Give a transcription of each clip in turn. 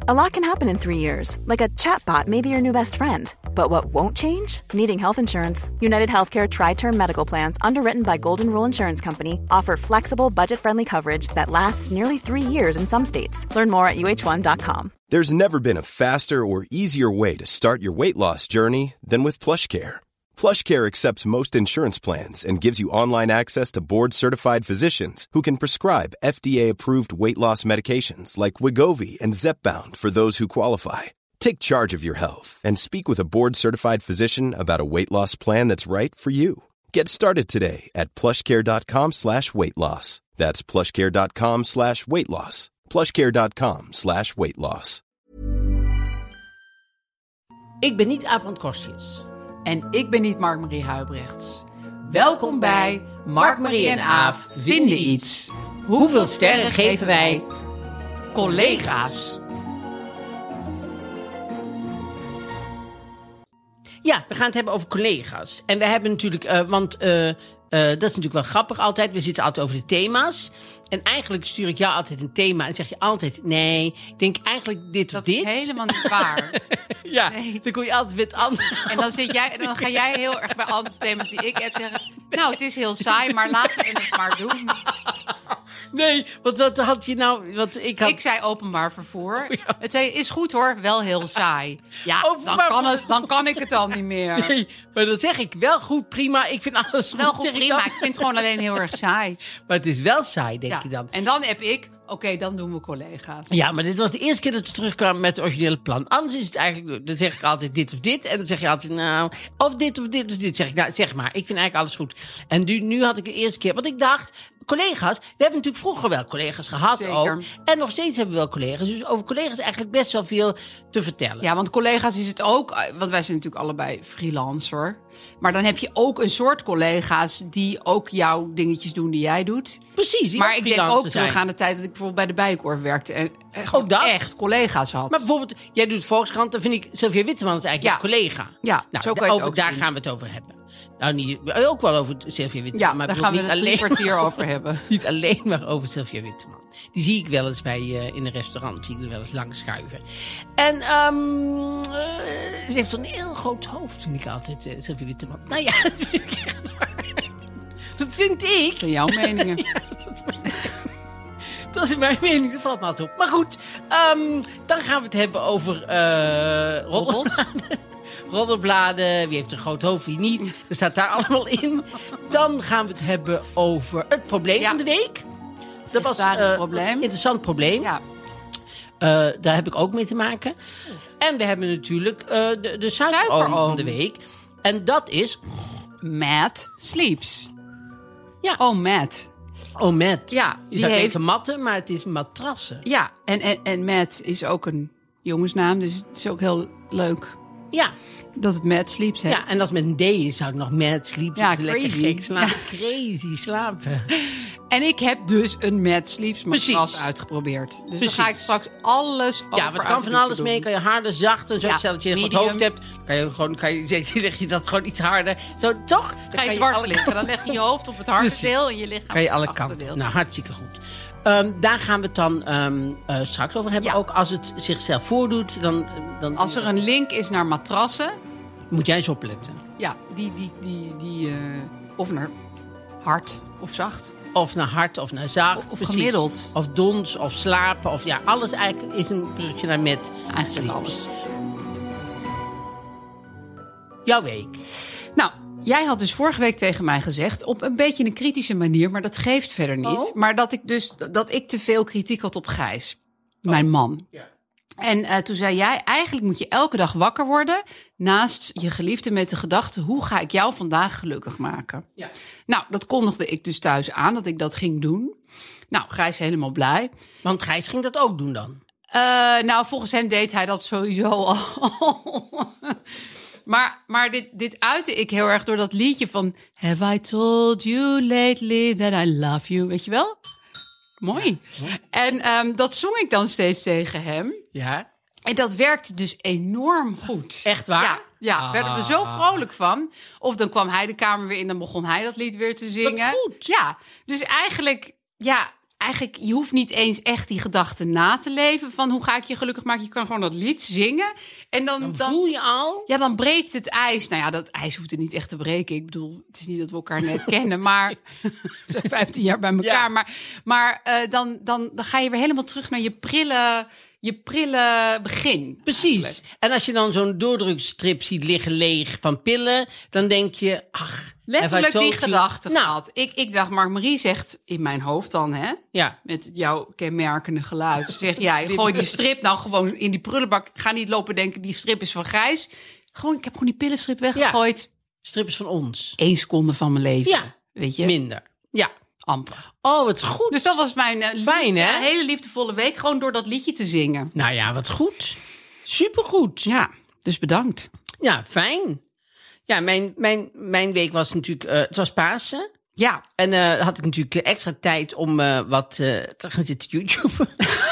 A lot can happen in 3 years, like a chatbot may be your new best friend. But what won't change? Needing health insurance. United Healthcare Tri-Term Medical Plans, underwritten by Golden Rule Insurance Company, offer flexible, budget-friendly coverage that lasts nearly 3 years in some states. Learn more at uh1.com. There's never been a faster or easier way to start your weight loss journey than with PlushCare. PlushCare accepts most insurance plans and gives you online access to board-certified physicians who can prescribe FDA-approved weight loss medications like Wegovy and Zepbound for those who qualify. Take charge of your health and speak with a board-certified physician about a weight loss plan that's right for you. Get started today at plushcare.com/weightloss. That's plushcare.com/weightloss. plushcare.com/weightloss. Ik ben niet Aap van Kostjes. En ik ben niet Mark-Marie Huibrechts. Welkom bij Mark-Marie en Aaf vinden iets. Hoeveel sterren geven wij collega's? Ja, we gaan het hebben over collega's. En we hebben natuurlijk, dat is natuurlijk wel grappig altijd. We zitten altijd over de thema's. En eigenlijk stuur ik jou altijd een thema en zeg je altijd, nee, ik denk eigenlijk dit of dit. Dat is helemaal niet waar. Ja, nee. Dan kom je altijd weer anders. En dan ga jij heel erg bij alle thema's die ik heb zeggen, nou, het is heel saai, maar laten we het maar doen. Nee, want wat had je nou... Ik zei openbaar vervoer. Ja. Het zei, is goed hoor, wel heel saai. Ja, dan kan ik het al niet meer. Nee, maar dat zeg ik wel goed, prima. Ik vind alles goed. Wel goed, prima. Ik vind het gewoon alleen heel erg saai. Maar het is wel saai, denk je dan. En dan heb ik... Oké, dan doen we collega's. Ja, maar dit was de eerste keer dat we terugkwamen met het originele plan. Anders is het eigenlijk, dan zeg ik altijd dit of dit. En dan zeg je altijd, nou, of dit of dit of dit. Zeg ik, nou, zeg maar, ik vind eigenlijk alles goed. En nu had ik de eerste keer, want ik dacht, collega's, we hebben natuurlijk vroeger wel collega's gehad. Zeker. Ook. En nog steeds hebben we wel collega's. Dus over collega's eigenlijk best wel veel te vertellen. Ja, want collega's is het ook, want wij zijn natuurlijk allebei freelancer. Maar dan heb je ook een soort collega's die ook jouw dingetjes doen die jij doet. Precies. Maar ik denk ook terug aan de tijd dat ik bijvoorbeeld bij de Bijenkorf werkte. En ook dat? echt collega's had. Maar bijvoorbeeld, jij doet Volkskrant, dan vind ik Sylvia Witteman is eigenlijk jouw collega. Ja, nou, zo kan je het ook daar zien. gaan we het over hebben. Nou, ook wel over Sylvia Witteman. Ja, maar daar gaan we het een kwartier over hebben. Niet alleen maar over Sylvia Witteman. Die zie ik wel eens in een restaurant. Zie ik er wel eens langs schuiven. En ze heeft een heel groot hoofd, vind ik altijd, Sylvia Witteman. Nou ja, dat vind ik echt waar. Dat vind ik. Dat zijn jouw meningen. Ja, dat is mijn mening, dat valt me altijd op. Maar goed, dan gaan we het hebben over roddelbladen. Wie heeft een groot hoofd, wie niet. Dat staat daar allemaal in. Dan gaan we het hebben over het probleem van de week. Dat was een interessant probleem. Ja. Daar heb ik ook mee te maken. En we hebben natuurlijk de suikeroom van de week. En dat is... Matt Sleeps. Ja. Oh, Matt. Oh, Matt. Ja, je zou even matten, maar het is matrassen. Ja, en Matt is ook een jongensnaam, dus het is ook heel leuk. Ja. Dat het Matt Sleeps heet. Ja, en als het met een D is, zou het nog Matt Sleeps. Ja, lekker crazy. gek slapen. Ja. Crazy slapen. En ik heb dus een Matt Sleeps matras uitgeprobeerd. Dus daar ga ik straks alles over. Ja, wat kan van alles mee? Kan je harder, zacht en zo. Ja, Stel dat je een medium. goed hoofd hebt, zeg je dat gewoon iets harder. Zo, toch? Ga je dwars liggen. Dan leg je je hoofd op het harde deel en je lichaam kan je op alle het kanten. achterdeel. Nou, hartstikke goed. Daar gaan we het dan straks over hebben. Ja. Ook als het zichzelf voordoet, dan... Als er een link is naar matrassen... Moet jij eens opletten. Ja, of naar hard of zacht. Of naar hard of naar zacht. Of gemiddeld. Of dons of slapen. Of ja, alles eigenlijk is een brugje naar met. Eigenlijk alles. Jouw week. Nou, jij had dus vorige week tegen mij gezegd... op een beetje een kritische manier, maar dat geeft verder niet. Oh. Maar dat ik te veel kritiek had op Gijs. Mijn man. Ja. En toen zei jij, eigenlijk moet je elke dag wakker worden... naast je geliefde met de gedachte... hoe ga ik jou vandaag gelukkig maken? Ja. Nou, dat kondigde ik dus thuis aan, dat ik dat ging doen. Nou, Gijs helemaal blij. Want Gijs ging dat ook doen dan? Nou, volgens hem deed hij dat sowieso al. Maar dit uitte ik heel erg door dat liedje van... Have I told you lately that I love you? Weet je wel? Mooi. Ja. En dat zong ik dan steeds tegen hem. Ja. En dat werkte dus enorm goed. Echt waar? Ja, werden we zo vrolijk van. Of dan kwam hij de kamer weer in, dan begon hij dat lied weer te zingen. Wat goed. Ja, dus eigenlijk, ja... eigenlijk, je hoeft niet eens echt die gedachten na te leven van hoe ga ik je gelukkig maken. Je kan gewoon dat lied zingen. En dan voel je al. Ja, dan breekt het ijs. Nou ja, dat ijs hoeft er niet echt te breken. Ik bedoel, het is niet dat we elkaar net kennen, maar we zijn 15 jaar bij elkaar. Ja. Maar dan ga je weer helemaal terug naar je prille begin. Precies. Eigenlijk. En als je dan zo'n doordrukstrip ziet liggen leeg van pillen, dan denk je, ach. Letterlijk die gedachte Nou. gehad. Ik dacht, Mark-Marie zegt in mijn hoofd dan, hè? Ja. Met jouw kenmerkende geluid. Zeg jij, gooi die strip nou gewoon in die prullenbak. Ga niet lopen denken, die strip is van Gijs. Gewoon, ik heb gewoon die pillenstrip weggegooid. Strip is van ons. 1 seconde van mijn leven. Ja. Weet je? Minder. Ja. Amper. Oh, wat goed. Dus dat was mijn Fijn, hè? hele liefdevolle week. Gewoon door dat liedje te zingen. Nou ja, wat goed. Supergoed. Ja, dus bedankt. Ja, fijn. Ja, mijn week was natuurlijk... het was Pasen. Ja. En had ik natuurlijk extra tijd om wat te gaan zitten YouTuben.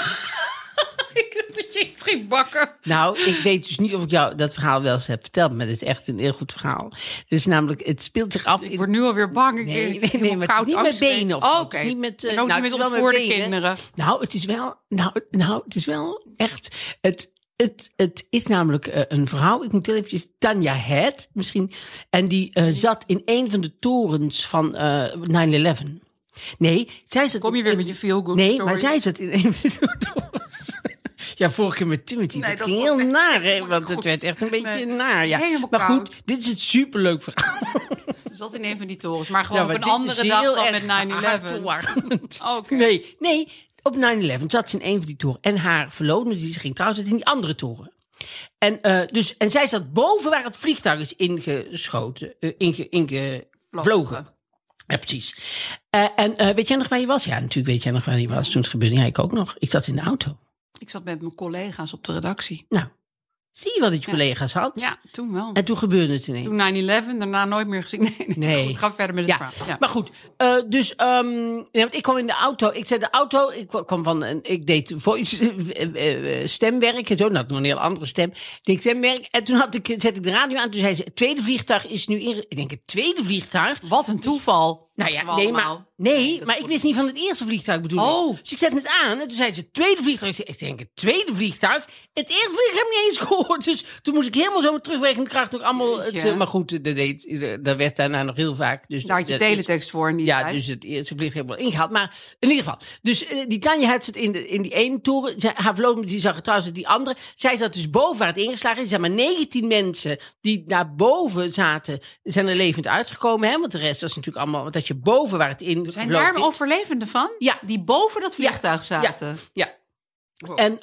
Ik dacht dat je iets ging bakken. Nou, ik weet dus niet of ik jou dat verhaal wel eens heb verteld, maar het is echt een heel goed verhaal. Dus namelijk, het speelt zich af Ik word nu alweer bang. Nee, maar het is niet met benen of zo. Oké. Het is niet met, En ook nou, niet het met is wel opvoerde benen. kinderen. Nou, het is wel, het is wel echt, het is namelijk een vrouw, ik moet heel eventjes, Tanja Head misschien, en die zat in een van de torens van 9/11. Nee, zij zat... Kom je weer met je feel-good Nee, story? maar zij zat in een van de torens. Ja, vorige keer met Timothy, Nee, dat dat ging was heel echt naar, hè, goed. want het werd echt een beetje naar. Ja. Helemaal Maar koud. goed, dit is het superleuk verhaal. Ze zat in een van die torens, maar gewoon Ja, op maar een dit is andere dag heel dan erg met 9/11. hartverwarmend. Oké. Nee, op 9/11 zat ze in een van die toren. En haar verloofde, die ging trouwens in die andere toren. En zij zat boven waar het vliegtuig is ingeschoten, ingevlogen. Ja, precies. Weet jij nog waar je was? Ja, natuurlijk weet jij nog waar je was toen het gebeurde. Ja, ik ook nog. Ik zat in de auto. Ik zat met mijn collega's op de redactie. Nou, zie je wat je collega's had? Ja, toen wel. En toen gebeurde het ineens. Toen 9/11, daarna nooit meer gezien. Nee. Goed, ga verder met het verhaal. Ja. Maar goed, want ik kwam in de auto. Ik zei de auto, ik deed voice stemwerk en zo. Nou, nog een heel andere stem. Ik deed stemwerk en toen zette ik de radio aan. Toen zei ze, het tweede vliegtuig is nu in. Ik denk, het tweede vliegtuig? Wat een toeval. Nou ja, Allemaal. maar ik wist niet van het eerste vliegtuig bedoeling. Oh. Dus ik zette het aan en toen zei ze, het tweede vliegtuig. Ik denk, het tweede vliegtuig? Het eerste vliegtuig heb ik niet eens gehoord. Dus toen moest ik helemaal zo met terugwerkende kracht ook allemaal... maar goed, dat werd daarna nog heel vaak. Dus Daar had je teletext voor in die tijd. dus het eerste vliegtuig heb ik wel ingehaald. Maar in ieder geval. Dus die Tanja had zit in die ene toren. Haar verloofde, die zag het trouwens die andere. Zij zat dus boven waar het ingeslagen is. Er zijn maar 19 mensen die naar boven zaten, zijn er levend uitgekomen. Hè? Want de rest was natuurlijk allemaal... Want als je boven waar het in Zijn daar is. overlevenden van? Ja. Die boven dat vliegtuig zaten? Ja. Wow. En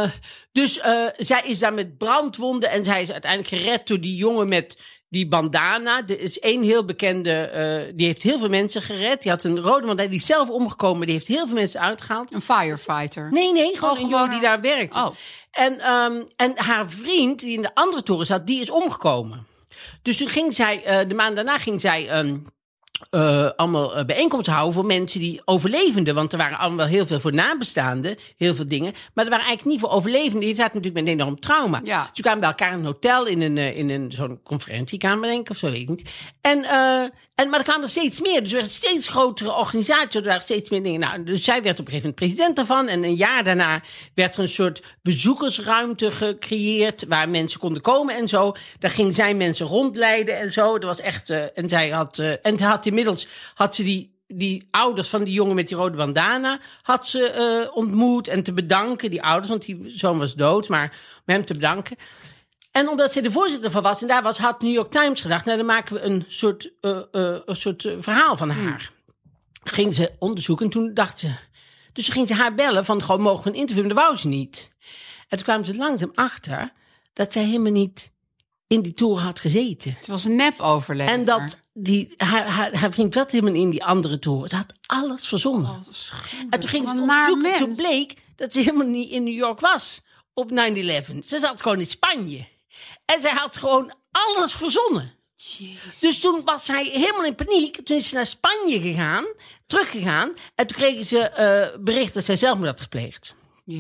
zij is daar met brandwonden en zij is uiteindelijk gered door die jongen met die bandana. Er is één heel bekende, die heeft heel veel mensen gered. Die had een rode bandana, die is zelf omgekomen. Die heeft heel veel mensen uitgehaald. Een firefighter? Nee, gewoon een gewoon jongen die daar werkte. Oh. En haar vriend, die in de andere toren zat, die is omgekomen. Dus toen ging zij, de maand daarna ging zij... allemaal bijeenkomsten houden voor mensen die overlevenden. Want er waren allemaal heel veel voor nabestaanden. Heel veel dingen. Maar er waren eigenlijk niet voor overlevenden. Die zaten natuurlijk met een enorm trauma. Ja. Dus ze kwamen bij elkaar in een hotel. In een zo'n conferentiekamer denk ik. Of zo, weet ik niet. Maar er kwamen er steeds meer. Dus er werd een steeds grotere organisatie. Er waren steeds meer dingen. Nou, dus zij werd op een gegeven moment president daarvan. En een jaar daarna werd er een soort bezoekersruimte gecreëerd. Waar mensen konden komen en zo. Daar ging zij mensen rondleiden en zo. Dat was echt... En zij had inmiddels had ze die ouders van die jongen met die rode bandana had ze ontmoet en te bedanken. Die ouders, want die zoon was dood, maar om hem te bedanken. En omdat zij de voorzitter van was en daar was, had New York Times gedacht, nou dan maken we een soort verhaal van haar. Ging ze onderzoeken en toen dacht ze... Dus ging ze haar bellen van, gewoon mogen we een interview? Maar dat wou ze niet. En toen kwamen ze langzaam achter dat zij helemaal niet in die toren had gezeten. Het was een nep-overleg. En dat haar vriend zat helemaal in die andere toren. Ze had alles verzonnen. En toen ging ze het onderzoeken. Toen bleek dat ze helemaal niet in New York was op 9/11. Ze zat gewoon in Spanje. En zij had gewoon alles verzonnen. Jezus. Dus toen was zij helemaal in paniek. Toen is ze naar Spanje gegaan, teruggegaan. En toen kregen ze bericht dat zij zelfmoord had gepleegd. Ja.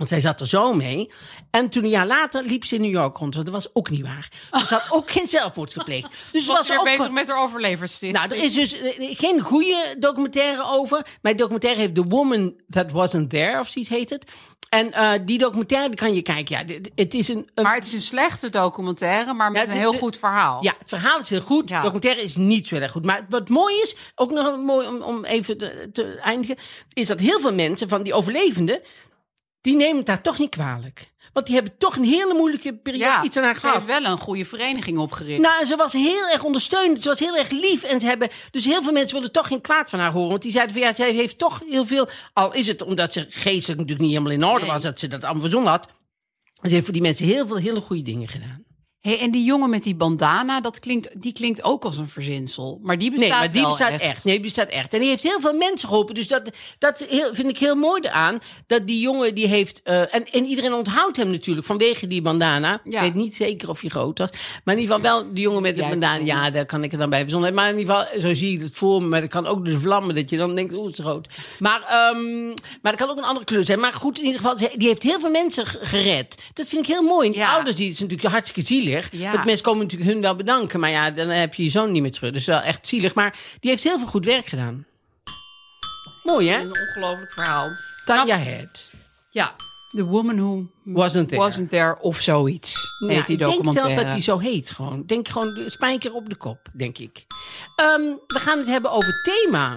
Want zij zat er zo mee. En toen een jaar later liep ze in New York rond. Want dat was ook niet waar. Dus ze had ook geen zelfmoord gepleegd. Dus was ze weer ook bezig met haar overleverstichting. Nou, er is dus geen goede documentaire over. Maar die documentaire heeft The Woman That Wasn't There, of zoiets heet het. En die documentaire, die kan je kijken. Ja, het is Maar het is een slechte documentaire, maar met een heel goed verhaal. Ja, het verhaal is heel goed. De documentaire is niet zo erg goed. Maar wat mooi is, ook nog mooi om even te eindigen, is dat heel veel mensen van die overlevenden, die nemen het daar toch niet kwalijk. Want die hebben toch een hele moeilijke periode iets aan haar gehad. Ze heeft wel een goede vereniging opgericht. Nou, en ze was heel erg ondersteunend. Ze was heel erg lief. En ze hebben, dus heel veel mensen wilden toch geen kwaad van haar horen. Want die zeiden van ja, zij heeft toch heel veel. Al is het omdat ze geestelijk natuurlijk niet helemaal in orde was. Dat ze dat allemaal verzonnen had. Ze heeft voor die mensen heel veel hele goede dingen gedaan. Hey, en die jongen met die bandana, die klinkt ook als een verzinsel. Maar die bestaat maar die wel bestaat echt. Nee, die bestaat echt. En die heeft heel veel mensen geholpen. Dus dat vind ik heel mooi eraan. Dat die jongen, die heeft... En iedereen onthoudt hem natuurlijk vanwege die bandana. Ja. Ik weet niet zeker of hij groot was. Maar in ieder geval wel die jongen met de bandana. Ja, daar kan ik er dan bij verzonnen. Maar in ieder geval, zo zie ik het voor me. Maar dat kan ook dus vlammen, dat je dan denkt, het is groot. Maar dat kan ook een andere kleur zijn. Maar goed, in ieder geval, die heeft heel veel mensen gered. Dat vind ik heel mooi. En die ouders, die is natuurlijk hartstikke zielig. Ja. Want mensen komen natuurlijk hun wel bedanken. Maar ja, dan heb je je zoon niet meer terug. Dus wel echt zielig. Maar die heeft heel veel goed werk gedaan. Mooi, hè? Een ongelooflijk verhaal. Tanja Head. Ja, The Woman Who Wasn't There. of zoiets. Ja, heet die documentaire. Ik denk zelf dat die zo heet gewoon. Denk gewoon de spijker op de kop, denk ik. We gaan het hebben over thema.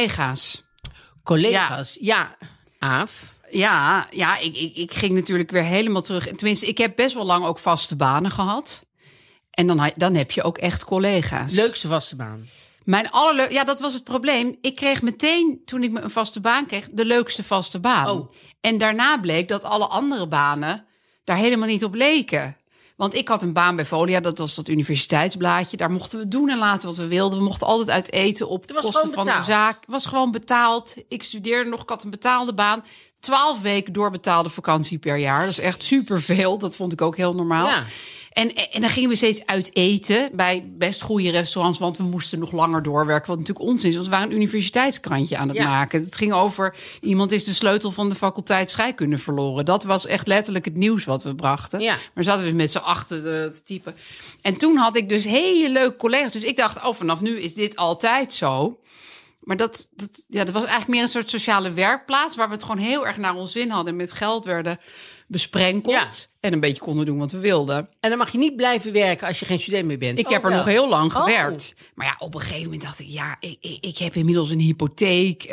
Collega's. Ja. Aaf. Ja, ik ging natuurlijk weer helemaal terug. Tenminste, ik heb best wel lang ook vaste banen gehad. En dan heb je ook echt collega's. Leukste vaste baan. Ja, dat was het probleem. Ik kreeg meteen, toen ik een vaste baan kreeg, de leukste vaste baan. Oh. En daarna bleek dat alle andere banen daar helemaal niet op leken. Want ik had een baan bij Folia, dat was dat universiteitsblaadje. Daar mochten we doen en laten wat we wilden. We mochten altijd uit eten op de kosten van de zaak. Het was gewoon betaald. Ik studeerde nog, ik had een betaalde baan. 12 weken doorbetaalde vakantie per jaar. Dat is echt superveel. Dat vond ik ook heel normaal. Ja. En dan gingen we steeds uit eten bij best goede restaurants, want we moesten nog langer doorwerken, wat natuurlijk onzin is, want we waren een universiteitskrantje aan het maken. Het ging over, iemand is de sleutel van de faculteit scheikunde verloren. Dat was echt letterlijk het nieuws wat we brachten. Ja. Maar zaten dus met z'n achter te typen. En toen had ik dus hele leuke collega's. Dus ik dacht, vanaf nu is dit altijd zo. Maar dat was eigenlijk meer een soort sociale werkplaats, waar we het gewoon heel erg naar ons zin hadden, met geld werden besprenkeld en een beetje konden doen wat we wilden. En dan mag je niet blijven werken als je geen student meer bent. Ik heb er nog heel lang gewerkt. Maar ja, op een gegeven moment dacht ik, ik heb inmiddels een hypotheek.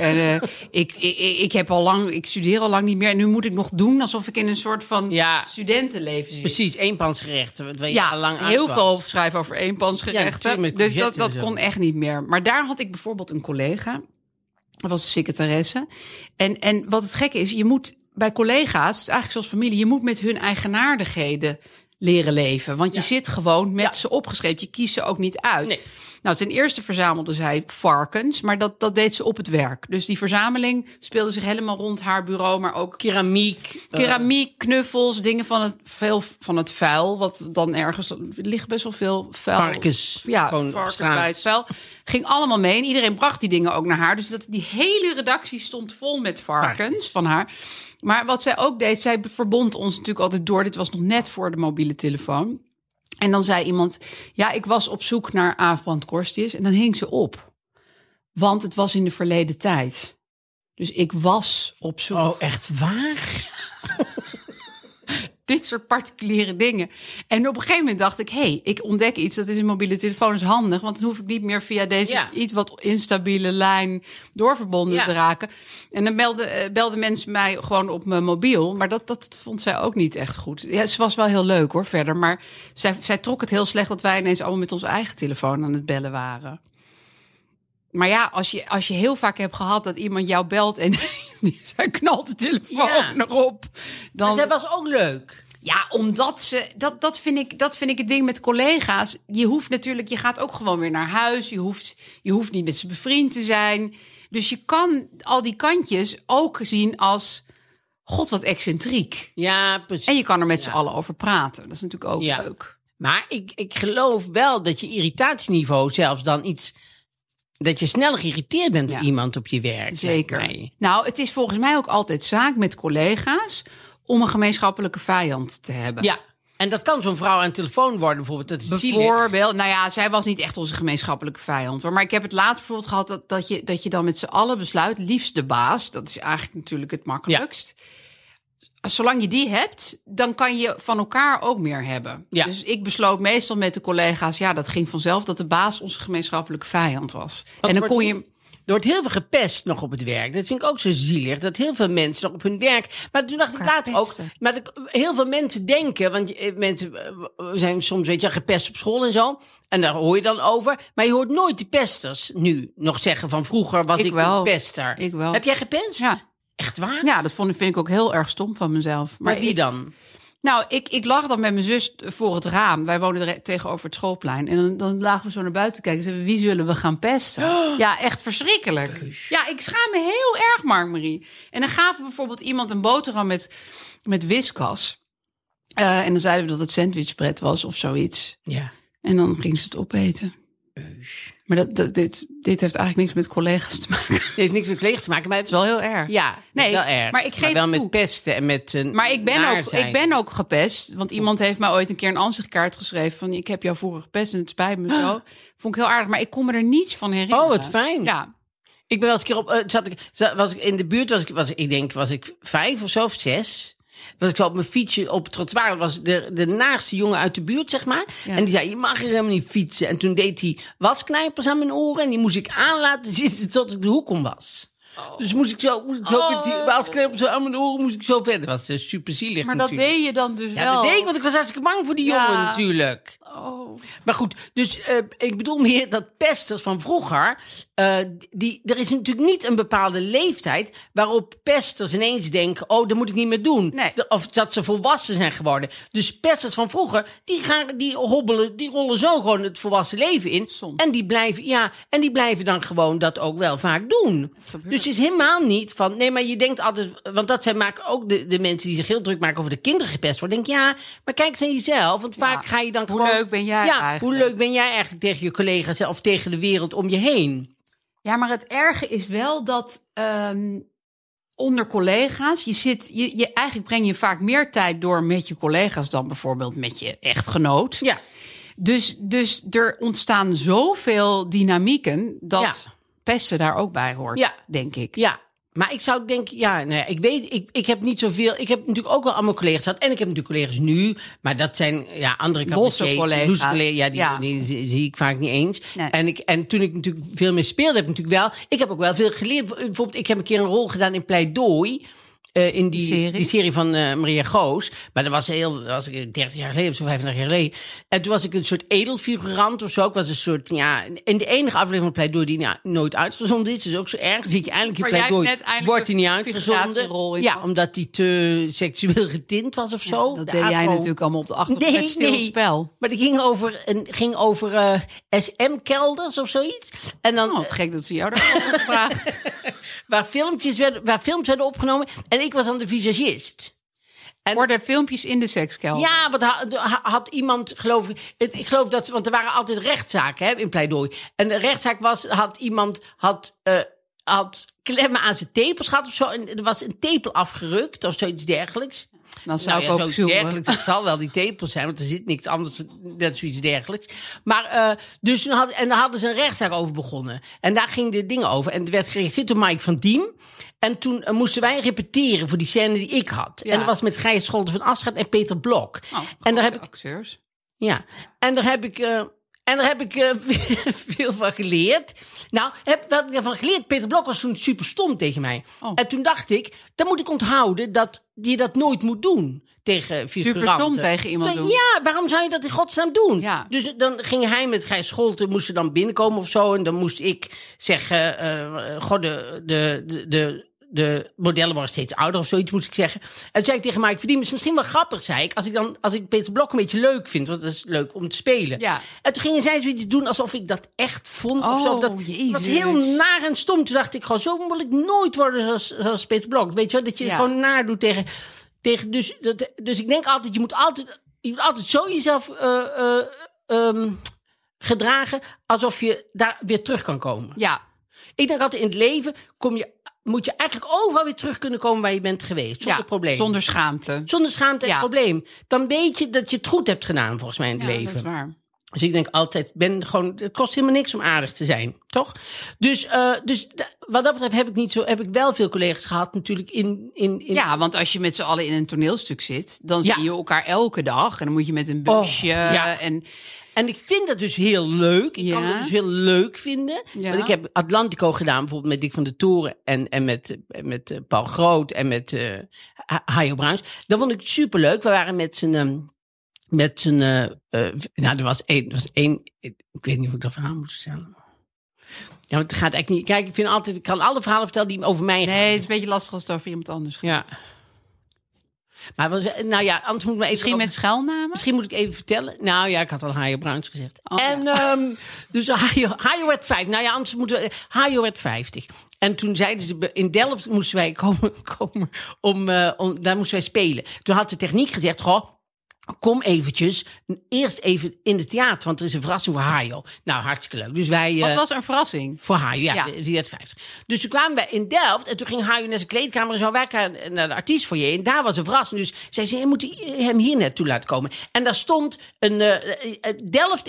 Ik studeer al lang niet meer. En nu moet ik nog doen alsof ik in een soort van studentenleven zit. Precies, eenpansgerechten. Heel veel schrijven over eenpansgerechten. Ja, dus dat kon echt niet meer. Maar daar had ik bijvoorbeeld een collega. Dat was een secretaresse. En wat het gekke is, je moet bij collega's, het is eigenlijk zoals familie, je moet met hun eigenaardigheden leren leven. Want je zit gewoon met ze opgeschreven. Je kiest ze ook niet uit. Nee. Nou, ten eerste verzamelde zij varkens, maar dat deed ze op het werk. Dus die verzameling speelde zich helemaal rond haar bureau, maar ook keramiek, knuffels, dingen van het vuil, wat dan ergens, er ligt best wel veel vuil. Varkens. Ja, varkens bij het vuil. Ging allemaal mee en iedereen bracht die dingen ook naar haar. Dus die hele redactie stond vol met varkens van haar. Maar wat zij ook deed, zij verbond ons natuurlijk altijd door. Dit was nog net voor de mobiele telefoon. En dan zei iemand, ik was op zoek naar Aaf Brand Korstius. En dan hing ze op. Want het was in de verleden tijd. Dus ik was op zoek. Oh, echt waar? Dit soort particuliere dingen. En op een gegeven moment dacht ik, ik ontdek iets. Dat is een mobiele telefoon, is handig. Want dan hoef ik niet meer via deze iets wat instabiele lijn doorverbonden te raken. En dan belden mensen mij gewoon op mijn mobiel. Maar dat vond zij ook niet echt goed. Ja, ze was wel heel leuk hoor, verder. Maar zij trok het heel slecht dat wij ineens allemaal met onze eigen telefoon aan het bellen waren. Maar ja, als je heel vaak hebt gehad dat iemand jou belt en zij knalt de telefoon erop. Dan... zij was ook leuk. Ja, omdat ze... Dat vind ik het ding met collega's. Je hoeft natuurlijk... Je gaat ook gewoon weer naar huis. Je hoeft niet met ze bevriend te zijn. Dus je kan al die kantjes ook zien als... God, wat excentriek. Ja, precies. En je kan er met z'n allen over praten. Dat is natuurlijk ook leuk. Maar ik geloof wel dat je irritatieniveau zelfs dan iets... Dat je sneller geïrriteerd bent door iemand op je werk. Zeker. Nou, het is volgens mij ook altijd zaak met collega's... om een gemeenschappelijke vijand te hebben. Ja, en dat kan zo'n vrouw aan de telefoon worden bijvoorbeeld. Dat is zielig. Bijvoorbeeld, nou ja, zij was niet echt onze gemeenschappelijke vijand, hoor. Maar ik heb het later bijvoorbeeld gehad dat je dan met z'n allen besluit, liefst de baas, dat is eigenlijk natuurlijk het makkelijkst. Ja. Zolang je die hebt, dan kan je van elkaar ook meer hebben. Ja. Dus ik besloot meestal met de collega's, dat ging vanzelf, dat de baas onze gemeenschappelijke vijand was. En dan kon je... Er wordt heel veel gepest nog op het werk. Dat vind ik ook zo zielig. Dat heel veel mensen nog op hun werk... Maar toen dacht ik later ook... Maar heel veel mensen denken... Want mensen zijn soms, gepest op school en zo. En daar hoor je dan over. Maar je hoort nooit de pesters nu nog zeggen van vroeger was ik een pester. Ik wel. Heb jij gepest? Ja. Echt waar? Ja, dat vind ik ook heel erg stom van mezelf. Maar wie dan? Nou, ik lag dan met mijn zus voor het raam. Wij woonden tegenover het schoolplein. En dan lagen we zo naar buiten kijken. En zeiden we, wie zullen we gaan pesten? Oh. Ja, echt verschrikkelijk. Ja, ik schaam me heel erg, Mark-Marie. En dan gaven bijvoorbeeld iemand een boterham met Whiskas. En dan zeiden we dat het sandwichbread was of zoiets. Ja. En dan ging ze het opeten. Maar dit heeft eigenlijk niks met collega's te maken. Het heeft niks met collega's te maken, maar het is wel heel erg. Ja, nee, wel erg. Maar ik geef wel toe. Met pesten en met maar ik ben ook gepest. Want iemand heeft mij ooit een keer een ansichtkaart geschreven van ik heb jou vroeger gepest en het spijt me zo. Vond ik heel aardig, maar ik kon me er niets van herinneren. Oh, wat fijn. Ja. Ik ben wel eens een keer was ik in de buurt, was ik 5 of zo, of 6. Was ik zo op mijn fietsje op het trottoir. Was de naaste jongen uit de buurt, zeg maar. Ja. En die zei, je mag er helemaal niet fietsen. En toen deed hij wasknijpers aan mijn oren. En die moest ik aan laten zitten tot ik de hoek om was. Oh. Dus moest ik zo met die wasknijpers aan mijn oren moest ik zo verder. Dat was super zielig. Maar natuurlijk. Dat deed je dan dus wel? Ja, dat deed ik, want ik was hartstikke bang voor die jongen natuurlijk. Oh. Maar goed, dus ik bedoel meer dat pesters van vroeger... er is natuurlijk niet een bepaalde leeftijd... waarop pesters ineens denken... oh, dat moet ik niet meer doen. Nee. Of dat ze volwassen zijn geworden. Dus pesters van vroeger, die rollen zo gewoon het volwassen leven in. Soms. En die blijven dan gewoon dat ook wel vaak doen. Dus het is helemaal niet van... Nee, maar je denkt altijd... Want dat maken ook de mensen die zich heel druk maken... over de kinderen gepest worden. Denk maar kijk eens aan jezelf. Want vaak ga je dan gewoon... Hoe leuk ben jij eigenlijk? Hoe leuk ben jij eigenlijk tegen je collega's... of tegen de wereld om je heen? Ja, maar het erge is wel dat onder collega's... je eigenlijk breng je vaak meer tijd door met je collega's... dan bijvoorbeeld met je echtgenoot. Ja. Dus er ontstaan zoveel dynamieken... dat pesten daar ook bij hoort, denk ik. Ja. Maar ik zou denken, ik heb niet zoveel... Ik heb natuurlijk ook wel allemaal collega's gehad. En ik heb natuurlijk collega's nu. Maar dat zijn andere losse collega's. Die zie ik vaak niet eens. Nee. En toen ik natuurlijk veel meer speelde, heb ik natuurlijk wel... Ik heb ook wel veel geleerd. Bijvoorbeeld, ik heb een keer een rol gedaan in Pleidooi... in die serie van Maria Goos. Maar dat was 30 jaar geleden of zo, 35 jaar geleden. En toen was ik een soort edelfigurant of zo. Ik was een soort, in de enige aflevering van Pleidooi die nooit uitgezonden is. Dus ook zo erg. Dan zit je eindelijk in Pleidooi, wordt die niet uitgezonden. Ja, omdat die te seksueel getint was of zo. Dat deed jij natuurlijk allemaal op de achtergrond met stil spel. Maar dat ging over SM-kelders of zoiets. En dan, wat gek dat ze jou daarover gevraagd. waar films werden opgenomen. En ik was dan de visagist. Voor de filmpjes in de sekskelder. Ja, want had iemand, geloof ik geloof dat want er waren altijd rechtszaken in Pleidooi. En de rechtszaak had iemand klemmen aan zijn tepels gehad of zo. En er was een tepel afgerukt of zoiets dergelijks. Dan zou ik ook zoeken. Het zal wel die tepels zijn, want er zit niks anders dan zoiets dergelijks. Maar dus toen daar hadden ze een rechtszaak over begonnen. En daar ging de dingen over. En er werd geregisseerd door Mike van Diem. En toen moesten wij repeteren voor die scène die ik had. Ja. En dat was met Gijs Scholten van Aschat en Peter Blok. En daar heb ik acteurs. Ja, en daar heb ik veel van geleerd. Nou, wat ik ervan geleerd, Peter Blok was toen super stom tegen mij. Oh. En toen dacht ik, dan moet ik onthouden dat je dat nooit moet doen tegen figuranten. Super stom tegen iemand doen. Ja, waarom zou je dat in godsnaam doen? Ja. Dus dan ging hij met Gijs Scholten, moest er dan binnenkomen of zo. En dan moest ik zeggen, de modellen worden steeds ouder of zoiets, moest ik zeggen. En toen zei ik tegen Mike Verdien, is misschien wel grappig, zei ik, als ik Peter Blok een beetje leuk vind, want dat is leuk om te spelen. Ja. En toen gingen zij zoiets doen alsof ik dat echt vond. Of zo. Of dat was heel naar en stom. Toen dacht ik gewoon, zo wil ik nooit worden zoals Peter Blok. Weet je wel, dat je gewoon naar doet tegen dus ik denk altijd, je moet altijd zo jezelf gedragen alsof je daar weer terug kan komen. Ja. Ik denk altijd in het leven kom je moet je eigenlijk overal weer terug kunnen komen waar je bent geweest. Zonder probleem. Zonder schaamte. Zonder schaamte en probleem. Dan weet je dat je het goed hebt gedaan, volgens mij, in het leven. Dat is waar. Dus ik denk altijd, het kost helemaal niks om aardig te zijn, toch? Dus wat dat betreft heb ik wel veel collega's gehad natuurlijk in. Ja, want als je met z'n allen in een toneelstuk zit, dan zie je elkaar elke dag. En dan moet je met een busje En ik vind dat dus heel leuk. Ik kan dat dus heel leuk vinden. Ja. Want ik heb Atlantico gedaan, bijvoorbeeld met Dick van der Toren en met Paul Groot en met Hajo Bruins. Dat vond ik superleuk. We waren er was één, ik weet niet of ik dat verhaal moet vertellen. Ja, want het gaat eigenlijk niet. Kijk, ik kan alle verhalen vertellen die over mij gaan. Nee, het is een beetje lastig als het over iemand anders gaat. Ja. Maar anders moet ik even... Misschien met schuilnamen? Misschien moet ik even vertellen. Nou ja, ik had al Hajo Bruins gezegd. Oh, en dus Hajo werd 5. Nou ja, anders moeten we... Hajo werd 50. En toen zeiden ze, in Delft moesten wij komen om daar moesten wij spelen. Toen had de techniek gezegd, kom eventjes, eerst even in het theater, want er is een verrassing voor Hajo. Nou, hartstikke leuk. Dus wij... Wat was een verrassing? Voor Hajo, die werd 50. Dus toen kwamen wij in Delft en toen ging Hajo naar zijn kleedkamer en zo, wij naar de artiestfoyer. En daar was een verrassing. Dus zij zei, je moet hem hier naartoe laten komen. En daar stond Delft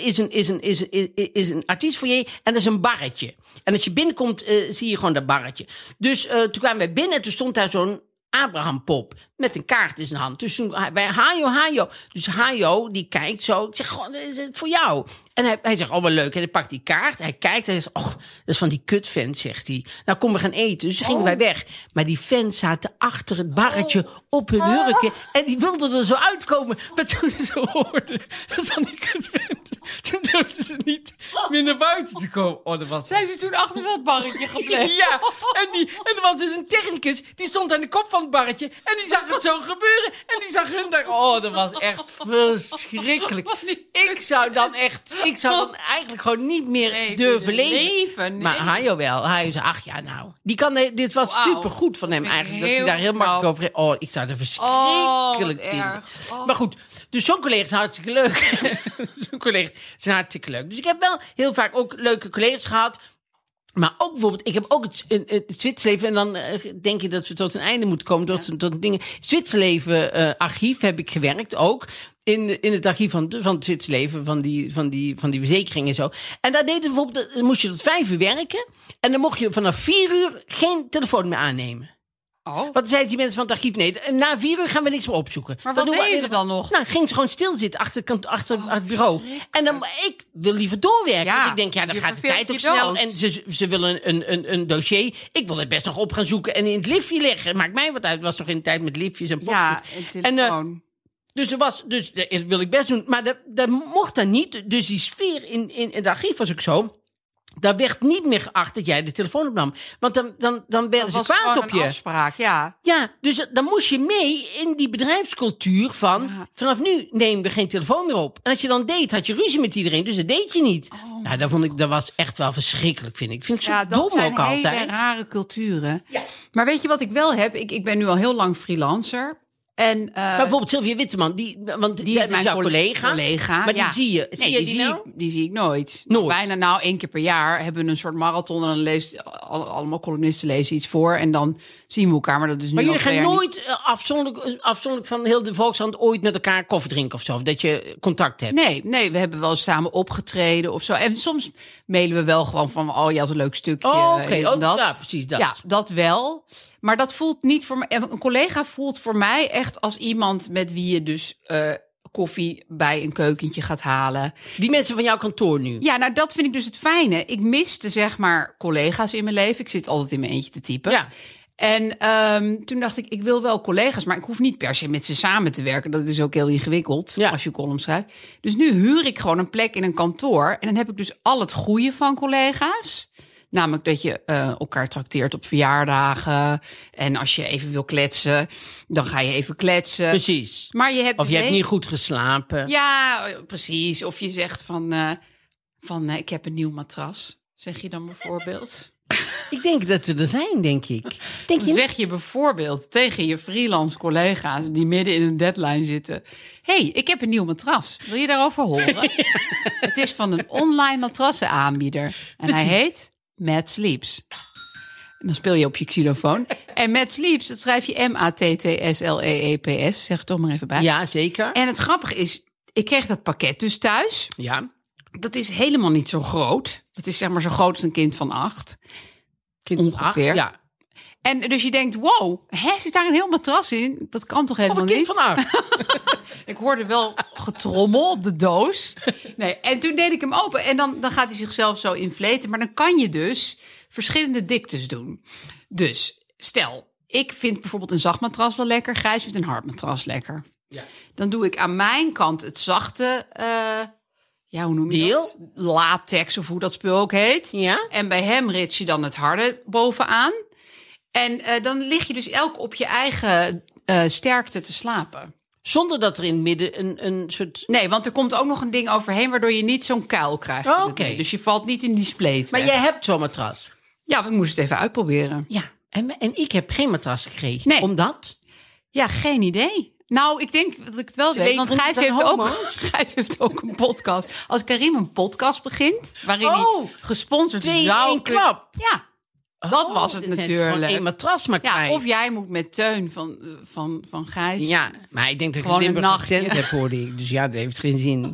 is een artiestfoyer en dat is een barretje. En als je binnenkomt, zie je gewoon dat barretje. Dus toen kwamen wij binnen en toen stond daar zo'n Abraham Pop met een kaart in zijn hand. Dus toen bij Hajo. Dus Hajo die kijkt zo. Ik zeg, gewoon, is het voor jou? En hij zegt, wel leuk. En hij pakt die kaart. Hij kijkt en hij zegt, dat is van die kutfans, zegt hij. Nou, kom, we gaan eten. Dus gingen wij weg. Maar die fans zaten achter het barretje op hun hurken. En die wilden er zo uitkomen. Maar toen ze hoorden, dat is van die kutfans. Toen durfden ze niet meer naar buiten te komen. Zijn ze toen achter dat barretje gebleven? Ja, en er was dus een technicus. Die stond aan de kop van het barretje. En die zag het zo gebeuren. En die zag hun daar. Dat was echt verschrikkelijk. Ik zou dan eigenlijk gewoon niet meer durven leven. Nee. Maar Hajo wel. Hajo zei, dit was supergoed van hem eigenlijk. Dat hij daar heel makkelijk over... ik zou er verschrikkelijk vinden. Maar goed, dus zo'n collega is hartstikke leuk. Zo'n collega is hartstikke leuk. Dus ik heb wel heel vaak ook leuke collega's gehad. Maar ook bijvoorbeeld, ik heb ook het Zwitserleven... en dan denk je dat we tot een einde moeten komen... tot dingen. Zwitserleven archief heb ik gewerkt ook... In het archief van het Zwitserleven, van die verzekering en zo. En daar deden bijvoorbeeld, dan moest je tot 5 uur werken... en dan mocht je vanaf 4 uur geen telefoon meer aannemen. Wat zeiden die mensen van het archief? Nee, na 4 uur gaan we niks meer opzoeken. Maar wat deden ze dan nog? Nou, ging ze gewoon stilzitten achter het bureau. En dan, ik wil liever doorwerken. Want ik denk, dan gaat de tijd ook snel. En ze willen een dossier. Ik wil het best nog op gaan zoeken en in het liftje leggen. Maakt mij wat uit. Het was toch in de tijd met liftjes en posten. Ja, en telefoon. Dus dat wil ik best doen. Maar dat mocht dan niet. Dus die sfeer in het archief was ook zo. Daar werd niet meer geacht dat jij de telefoon opnam. Want dan werden ze kwaad op je. Een afspraak, ja. Ja, dus dan moest je mee in die bedrijfscultuur van... vanaf nu nemen we geen telefoon meer op. En als je dan deed, had je ruzie met iedereen. Dus dat deed je niet. Nou, dat was echt wel verschrikkelijk, vind ik. Ik vind het zo dom ook altijd. Dat zijn hele rare culturen. Ja. Maar weet je wat ik wel heb? Ik ben nu al heel lang freelancer... maar bijvoorbeeld Sylvia Witteman, die is mijn jouw collega. Maar die zie je. Die zie ik nooit. Bijna 1 keer per jaar hebben we een soort marathon. En dan leest allemaal columnisten lezen iets voor. En dan zien we elkaar. Maar dat is nu. Maar jullie gaan nooit afzonderlijk van heel de Volkshand ooit met elkaar koffie drinken of zo. Of dat je contact hebt. Nee, we hebben wel samen opgetreden of zo. En soms mailen we wel gewoon van, je had een leuk stukje. Ja, precies dat. Ja, dat wel. Maar dat voelt niet voor mij. Een collega voelt voor mij echt als iemand met wie je dus koffie bij een keukentje gaat halen. Die mensen van jouw kantoor nu? Ja, nou dat vind ik dus het fijne. Ik miste zeg maar collega's in mijn leven. Ik zit altijd in mijn eentje te typen. Ja. En toen dacht ik wil wel collega's, maar ik hoef niet per se met ze samen te werken. Dat is ook heel ingewikkeld als je column schrijft. Dus nu huur ik gewoon een plek in een kantoor. En dan heb ik dus al het goede van collega's. Namelijk dat je elkaar trakteert op verjaardagen. En als je even wil kletsen, dan ga je even kletsen. Precies. Maar je hebt niet goed geslapen. Ja, precies. Of je zegt van ik heb een nieuw matras. Zeg je dan bijvoorbeeld? Ik denk dat we er zijn, denk ik. Zeg je bijvoorbeeld tegen je freelance collega's die midden in een deadline zitten: hey, ik heb een nieuw matras. Wil je daarover horen? Het is van een online matrassenaanbieder. En hij heet Mad Sleeps. En dan speel je op je xylofoon. En Mad Sleeps, dat schrijf je MATTSLEEPS. Zeg het toch maar even bij. Ja, zeker. En het grappige is, ik kreeg dat pakket dus thuis. Ja. Dat is helemaal niet zo groot. Dat is zeg maar zo groot als een kind van 8. Ongeveer. Ja. En dus je denkt, wow, zit daar een heel matras in? Dat kan toch helemaal Of een kind niet? van 8. Ik hoorde wel getrommel op de doos. Nee, en toen deed ik hem open. En dan gaat hij zichzelf zo inflaten. Maar dan kan je dus verschillende diktes doen. Dus stel, ik vind bijvoorbeeld een zacht matras wel lekker. Gijs vindt een hard matras lekker. Ja. Dan doe ik aan mijn kant het zachte... hoe noem je Deel? dat? Latex of hoe dat spul ook heet. Ja. En bij hem rits je dan het harde bovenaan. En dan lig je dus elk op je eigen sterkte te slapen. Zonder dat er in het midden een soort... Nee, want er komt ook nog een ding overheen... waardoor je niet zo'n kuil krijgt. Oh, oké. Dus je valt niet in die spleet. Maar jij hebt zo'n matras. Ja, we moesten het even uitproberen. Ja. En ik heb geen matras gekregen. Nee. Omdat? Ja, geen idee. Nou, ik denk dat ik het wel weet. Want leveren Gijs heeft ook een podcast. Als Karim een podcast begint... waarin hij gesponsord 2 in zou 1 kunnen... klap. Ja, dat was het natuurlijk. Gewoon 1 matras maar Ja, krijgen. of jij moet met Teun van Gijs... Ja, maar ik denk dat ik Gewoon een een Limburg nachtje. accent heb, hoorde ik. Dus ja, dat heeft geen zin.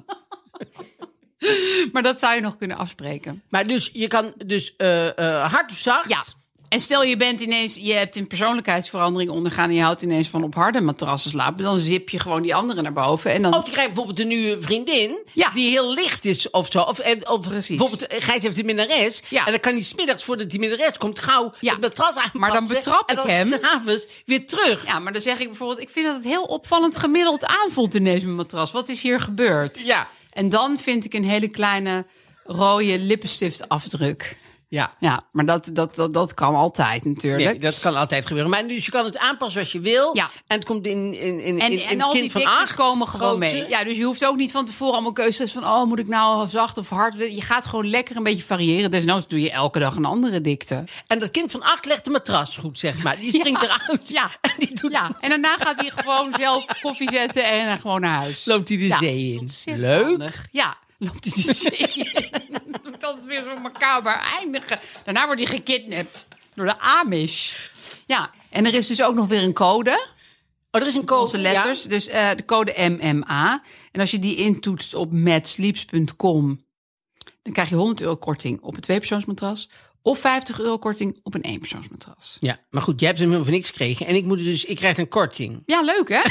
Maar dat zou je nog kunnen afspreken. Maar dus, je kan dus hard of zacht. Ja. En stel je bent ineens, je hebt een persoonlijkheidsverandering ondergaan... en je houdt ineens van op harde matrassen slapen... dan zip je gewoon die andere naar boven. En dan... Of je krijgt bijvoorbeeld een nieuwe vriendin... Ja. die heel licht is of zo. Of Precies. bijvoorbeeld Gijs heeft een minnares. Ja. En dan kan hij 's middags voordat die minnares komt... gauw Ja. het matras aanpassen. Maar dan betrap ik en hem. dan 's avonds weer terug. Ja, maar dan zeg ik bijvoorbeeld... ik vind dat het heel opvallend gemiddeld aanvoelt ineens mijn matras. Wat is hier gebeurd? Ja. En dan vind ik een hele kleine rode lippenstiftafdruk. Ja. Ja, maar dat kan altijd natuurlijk. Nee, dat kan altijd gebeuren. Maar dus je kan het aanpassen zoals je wil. Ja. En het komt in En al die kind van diktes 8 komen gewoon grootte. mee. Ja, dus je hoeft ook niet van tevoren allemaal keuzes van... oh, moet ik nou zacht of hard? Je gaat gewoon lekker een beetje variëren. Desnoods doe je elke dag een andere dikte. En dat kind van 8 legt de matras goed, zeg maar. Die springt eruit. Ja. En die doet En daarna gaat hij gewoon zelf koffie zetten en gewoon naar huis. loopt hij de Ja, zee dat is in. ontzettend Leuk. handig. Ja, loopt hij de zee in. Dan weer zo macaber eindigen. Daarna wordt hij gekidnapt door de Amish. Ja, en er is dus ook nog weer een code. Oh, er is een code. Onze letters. Dus de code MMA. En als je die intoetst op madsleeps.com... dan krijg je €100 korting op een 2-persoonsmatras... of €50 korting op een 1-persoonsmatras. Ja, maar goed, jij hebt hem voor niks gekregen. En ik krijg een korting. Ja, leuk hè?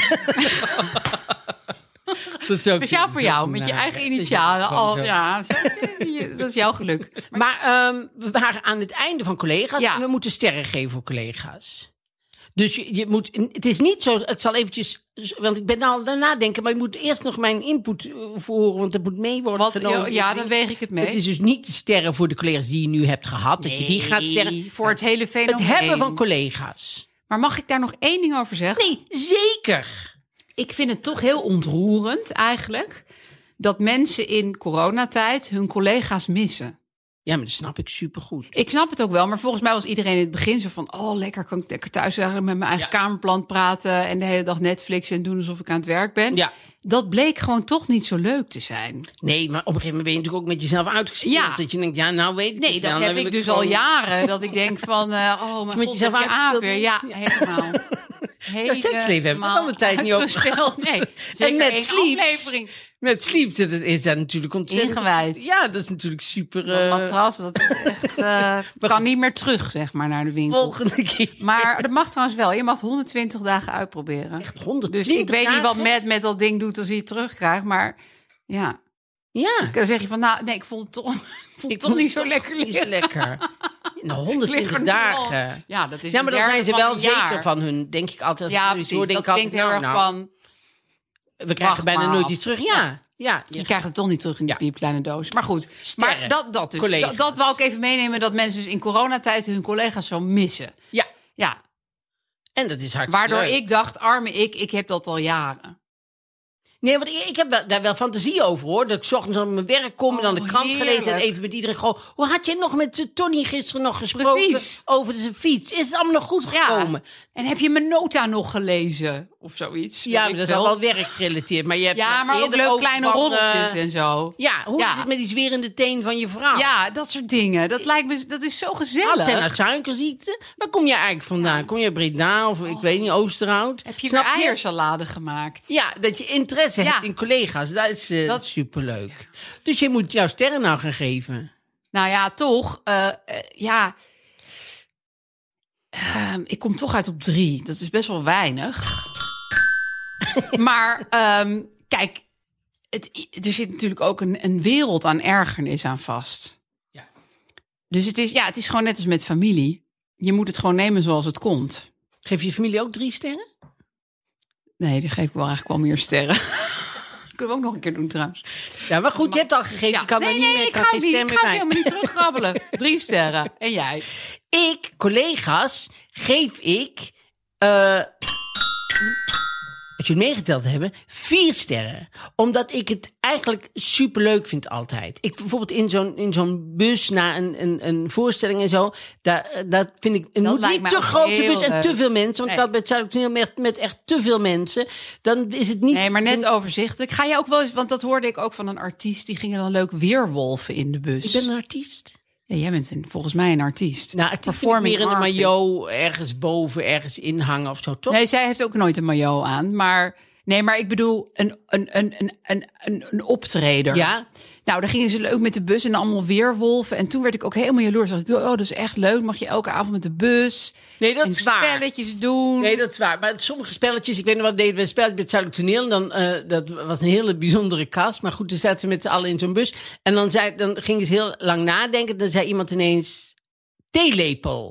Dat is ook Speciaal voor jou, met je eigen initialen. Gewoon zo. Ja, dat is jouw geluk. Maar we waren aan het einde van collega's. Ja. En we moeten sterren geven voor collega's. Dus je moet... Het is niet zo... Het zal eventjes... Want ik ben nou aan het nadenken... Maar je moet eerst nog mijn input verhoren. Want het moet mee worden genomen. Ja, dan weeg ik het mee. Het is dus niet de sterren voor de collega's die je nu hebt gehad. Dat je die gaat sterren. voor het hele fenomeen. Het hebben van collega's. Maar mag ik daar nog één ding over zeggen? Nee, zeker. Ik vind het toch heel ontroerend eigenlijk... dat mensen in coronatijd hun collega's missen. Ja, maar dat snap ik supergoed. Ik snap het ook wel, maar volgens mij was iedereen in het begin zo van... oh, lekker, kan ik lekker thuis met mijn eigen kamerplan praten... en de hele dag Netflix en doen alsof ik aan het werk ben. Ja. Dat bleek gewoon toch niet zo leuk te zijn. Nee, maar op een gegeven moment ben je natuurlijk ook met jezelf uitgespeeld. Ja. Dat je denkt, ja, nou weet ik Nee, het dat wel. heb Dan wil ik dus gewoon- al jaren. Dat ik denk van, oh, mijn met god, jezelf heb je uitgespeeld weer. Ja, helemaal. Ja, seksleven heeft ook al een tijd niet opgespeeld. Nee, zeker met één Sleeps. aflevering. Met Sleep is dat natuurlijk ontzettend... Ingewijd. Ja, dat is natuurlijk super... Dat matras, dat is echt, kan niet meer terug, zeg maar, naar de winkel. volgende keer. Maar dat mag trouwens wel. Je mag 120 dagen uitproberen. Echt 120 Dus ik weet niet wat dagen? Matt met dat ding doet als hij het terugkrijgt. Maar ja, Ja. dan zeg je van, nou, nee, ik vond het toch niet zo lekker Niet zo liggen. lekker. Nou, Ik lig 120 er nu dagen. al. Ja, dat is Ja, maar een dan derde zijn ze van wel een jaar. zeker van hun, denk ik altijd. Als Ja, ik precies. zoiets hoor, denk Dat ik klinkt altijd, heel erg nou, van... we krijgen wacht bijna maar nooit af. iets terug. Ja, ja. Je krijgt het toch niet terug in die Ja. piepkleine doos. Maar goed, Sterren. maar dat dus. Collega's. Dat wou ik even meenemen, dat mensen dus in coronatijd hun collega's zo missen. Ja, Ja, en dat is hartstikke waardoor leuk. ik dacht, arme ik heb dat al jaren. Nee, want ik heb daar wel fantasie over, hoor. Dat ik 's ochtends aan mijn werk kom en dan de krant heerlijk. gelezen... en even met iedereen gewoon... Hoe had je nog met Tony gisteren nog gesproken Precies. over zijn fiets? Is het allemaal nog goed gekomen? En heb je mijn nota nog gelezen? of zoiets. Ja, weet maar ik dat is veel. al wel werkgerelateerd. Maar je hebt Ja, maar ook eerder leuk over kleine van, roddeltjes en zo. Ja, hoe is het met die zwerende teen van je vrouw? Ja, dat soort dingen. Dat lijkt me, dat is zo Had gezellig. zij nou suikerziekte? Waar kom je eigenlijk vandaan? Kom je uit Breda of ik weet niet, Oosterhout? Heb je Snap weer eiersalade gemaakt? Ja, dat je interesse Ja. hebt in collega's. Dat is Dat- superleuk. Dus je moet jouw sterren nou gaan geven. Nou ja, toch. Ik kom toch uit op 3. Dat is best wel weinig. Maar kijk, er zit natuurlijk ook een wereld aan ergernis aan vast. Ja. Dus het is gewoon net als met familie. Je moet het gewoon nemen zoals het komt. Geef je familie ook 3 sterren? Nee, die geef ik wel eigenlijk wel meer sterren. Kunnen we ook nog een keer doen trouwens. Ja, maar goed, je hebt al gegeven. Ja. Je kan er niet meer, ik kan ga geen niet, stem ik meer ga bij. helemaal niet terugkrabbelen. 3 sterren. En jij? Collega's, geef ik... als jullie meegeteld hebben, 4 sterren. Omdat ik het eigenlijk superleuk vind altijd. Ik bijvoorbeeld in zo'n bus na een voorstelling en zo. Dat vind ik... Het moet lijkt niet mij te ook grote heel bus en leuk. te veel mensen. Want Nee. dat bij het Zuidelijk Toneel met echt te veel mensen. Dan is het niet... Nee, maar net overzichtelijk. Ga je ook wel eens, want dat hoorde ik ook van een artiest. Die gingen dan leuk weerwolven in de bus. Ik ben een artiest. Ja, jij bent volgens mij een artiest. Nou, het is Performing meer in een artist. maillot ergens boven, ergens inhangen of zo, toch? Nee, zij heeft ook nooit een maillot aan. Maar ik bedoel een optreder. Ja. Nou, dan gingen ze leuk met de bus en allemaal weerwolven. En toen werd ik ook helemaal jaloers. Dacht ik, oh, dat is echt leuk. Mag je elke avond met de bus. Nee, dat en is waar. spelletjes doen. Nee, dat is waar. Maar sommige spelletjes, ik weet nog wat deden we een spelletje bij het Zuidelijk Toneel. En dan, dat was een hele bijzondere kast. Maar goed, dan zaten ze met z'n allen in zo'n bus. En dan gingen ze heel lang nadenken. Dan zei iemand ineens, theelepel.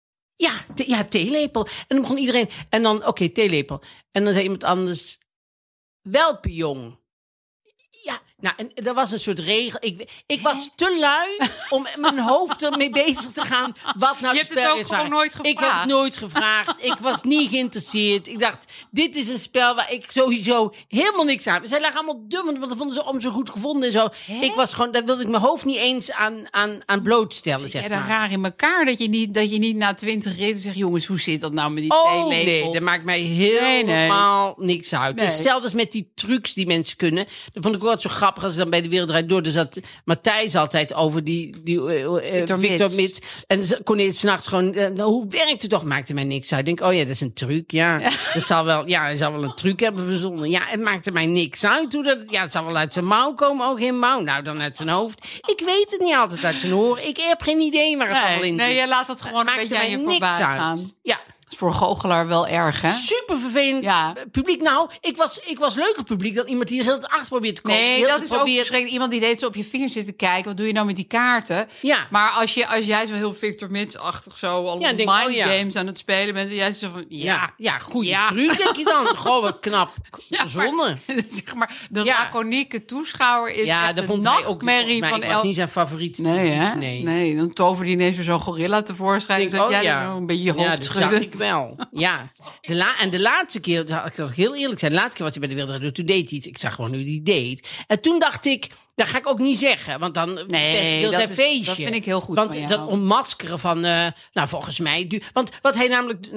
Ja, theelepel. En dan begon iedereen, en dan, oké, theelepel. En dan zei iemand anders, welpenjong. Ja, nou, en er was een soort regel. Ik was te lui om mijn hoofd ermee bezig te gaan. Wat nou Je de hebt het spel ook is. gewoon nooit gevraagd. Ik heb het nooit gevraagd. Ik was niet geïnteresseerd. Ik dacht, dit is een spel waar ik sowieso helemaal niks aan. Zij lagen allemaal dum, want dat vonden ze om zo goed gevonden en zo. Ik was gewoon, daar wilde ik mijn hoofd niet eens aan blootstellen, Zit zeg jij dan maar. raar in elkaar dat je niet na 20 ritten zegt... jongens, hoe zit dat nou met die Oh theelepel? nee, dat maakt mij helemaal niks uit. Nee. Dus stel dus met die trucs die mensen kunnen. Dat vond ik ook altijd zo grappig als ik dan bij de Wereld Draait Door. Dus zat Matthijs altijd over die Victor Mits. En ze kon hij 's nachts gewoon... hoe werkt het toch? Maakte mij niks uit. Ik denk, oh ja, dat is een truc. Ja, dat zal wel, hij zal wel een truc hebben verzonnen. Ja, het maakte mij niks uit. Het zal wel uit zijn mouw komen. Ook geen mouw. Nou, dan uit zijn hoofd. Ik weet het niet altijd uit zijn oor. Ik heb geen idee waar het allemaal in Nee, zit. je laat het gewoon een Maakte beetje aan mij je niks voorbij uit. gaan. Ja. Dat is voor een goochelaar wel erg, hè? Super vervelend Ja. publiek. Nou, ik was leuker publiek dan iemand die er heel het achter probeert te komen. Nee, Heel dat te is ook probeert- verschrikkelijk. Iemand die deed zo op je vingers zitten kijken. Wat doe je nou met die kaarten? Ja. Maar als jij zo heel Victor Mits-achtig zo allemaal Ja, denk, mind oh ja. games aan het spelen bent. En jij zo van, Ja, goede Ja. truc, denk je dan. Gewoon wat knap Ja, verzonnen. maar, zeg maar, de Ja. laconieke toeschouwer is Ja, echt dat de vond hij ook nachtmerrie maar van ik was niet zijn favoriet. Nee, hè? Nee. Nee, dan toverde hij ineens weer zo'n gorilla tevoorschijn. En Denk, zat jij zo een beetje je hoofd dat zag schudden. ik wel. Ja. En de laatste keer, ik zal heel eerlijk zijn, de laatste keer was hij bij de Wereld Draait Door, toen deed hij iets. Ik zag gewoon hoe hij deed. En toen dacht ik, dat ga ik ook niet zeggen, want dan Nee, wil dat zijn is- feestje. dat vind ik heel goed Want van jou. dat ontmaskeren van, nou volgens mij, want wat hij namelijk,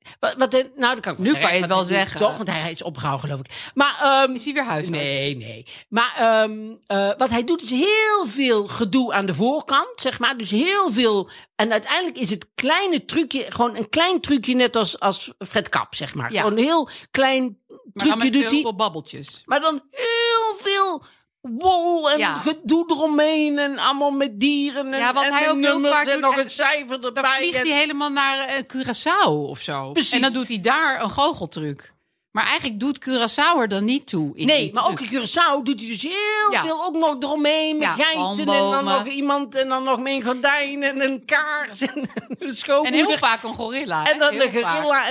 dat kan ik Nu kan je het wel wat hij doet, zeggen. toch? Want hij is opgehouden, geloof ik. Maar Is hij weer huisarts? Nee. Maar wat hij doet is heel veel gedoe aan de voorkant, zeg maar. Dus heel veel. En uiteindelijk is het kleine trucje, gewoon een klein trucje net als Fred Kap, zeg maar. Ja. Gewoon een heel klein Maar dan trucje met doet heel hij. veel babbeltjes. Maar dan heel veel wol en Ja. gedoe eromheen en allemaal met dieren en, Ja, wat en hij met ook heel nummers vaak en doet, nog hij- een cijfer Dan erbij. vliegt en- hij helemaal naar Curaçao of zo. Precies. En dan doet hij daar een goocheltruc. Maar eigenlijk doet Curaçao er dan niet toe. In Nee, die maar ook truc. in Curaçao doet hij dus heel Ja. veel ook nog eromheen. Met Ja, geiten en dan palmbomen. nog iemand en dan nog met een gordijn en een kaars en een En schoonmoeder. heel vaak een gorilla. En dan hè? de Heel vaak. gorilla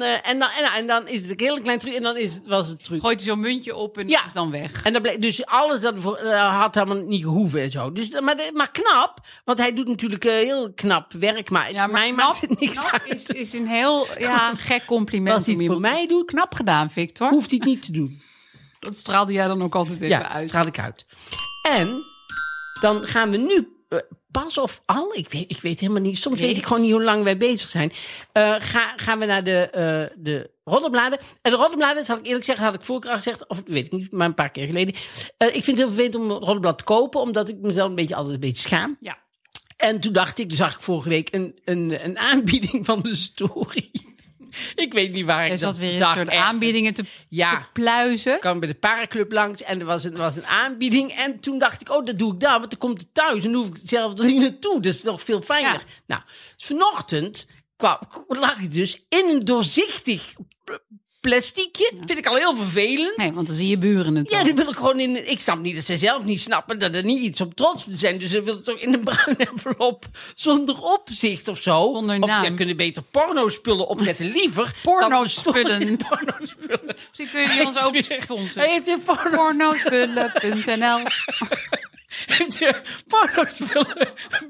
en dan is het een heel klein truc en dan was het truc. Gooit hij zo'n muntje op en Ja. dat is dan weg. En dan bleek, dus alles dat had helemaal niet gehoeven en zo. Dus, maar knap, want hij doet natuurlijk heel knap werk, maar, Ja, maar mij knap, maakt het niks knap uit. is een heel gek compliment. Als hij om het voor iemand- mij doet, Knap gedaan, Victor. hoeft hij het niet te doen. Dat straalde jij dan ook altijd even Ja, uit. straal ik uit. En dan gaan we nu pas of al, ik weet helemaal niet. Soms weet ik gewoon niet hoe lang wij bezig zijn. Gaan we naar de roddelbladen. En de roddelbladen, zal ik eerlijk zeggen, had ik vorige keer gezegd, of weet ik niet, maar een paar keer geleden. Ik vind het heel vervelend om een roddelblad te kopen, omdat ik mezelf altijd een beetje schaam. Ja. En toen dacht ik, zag ik vorige week een aanbieding van de Story. Ik weet niet waar ik dat zat weer in zag. soort aanbiedingen te pluizen. Ik kwam bij de Parenclub langs en er was een aanbieding. En toen dacht ik, dat doe ik dan. Want dan komt het thuis en dan hoef ik zelf er niet naartoe. Dat is nog veel fijner. Ja. Nou, dus vanochtend lag ik dus in een doorzichtig plastiekje. Dat vind ik al heel vervelend. Nee, want dan zie je buren het. Ja, dat wil ik gewoon in. Ik snap niet dat zij zelf niet snappen dat er niet iets op trots moet zijn. Dus ze wil het toch in een bruine envelop zonder opzicht of zo. Zonder of naam. je kunnen beter pornospullen opzetten liever. Pornospullen. Pornospullen. Misschien kun je ons ook sponsoren. Hij heeft weer Pornospullen.nl. Heeft je pornospullen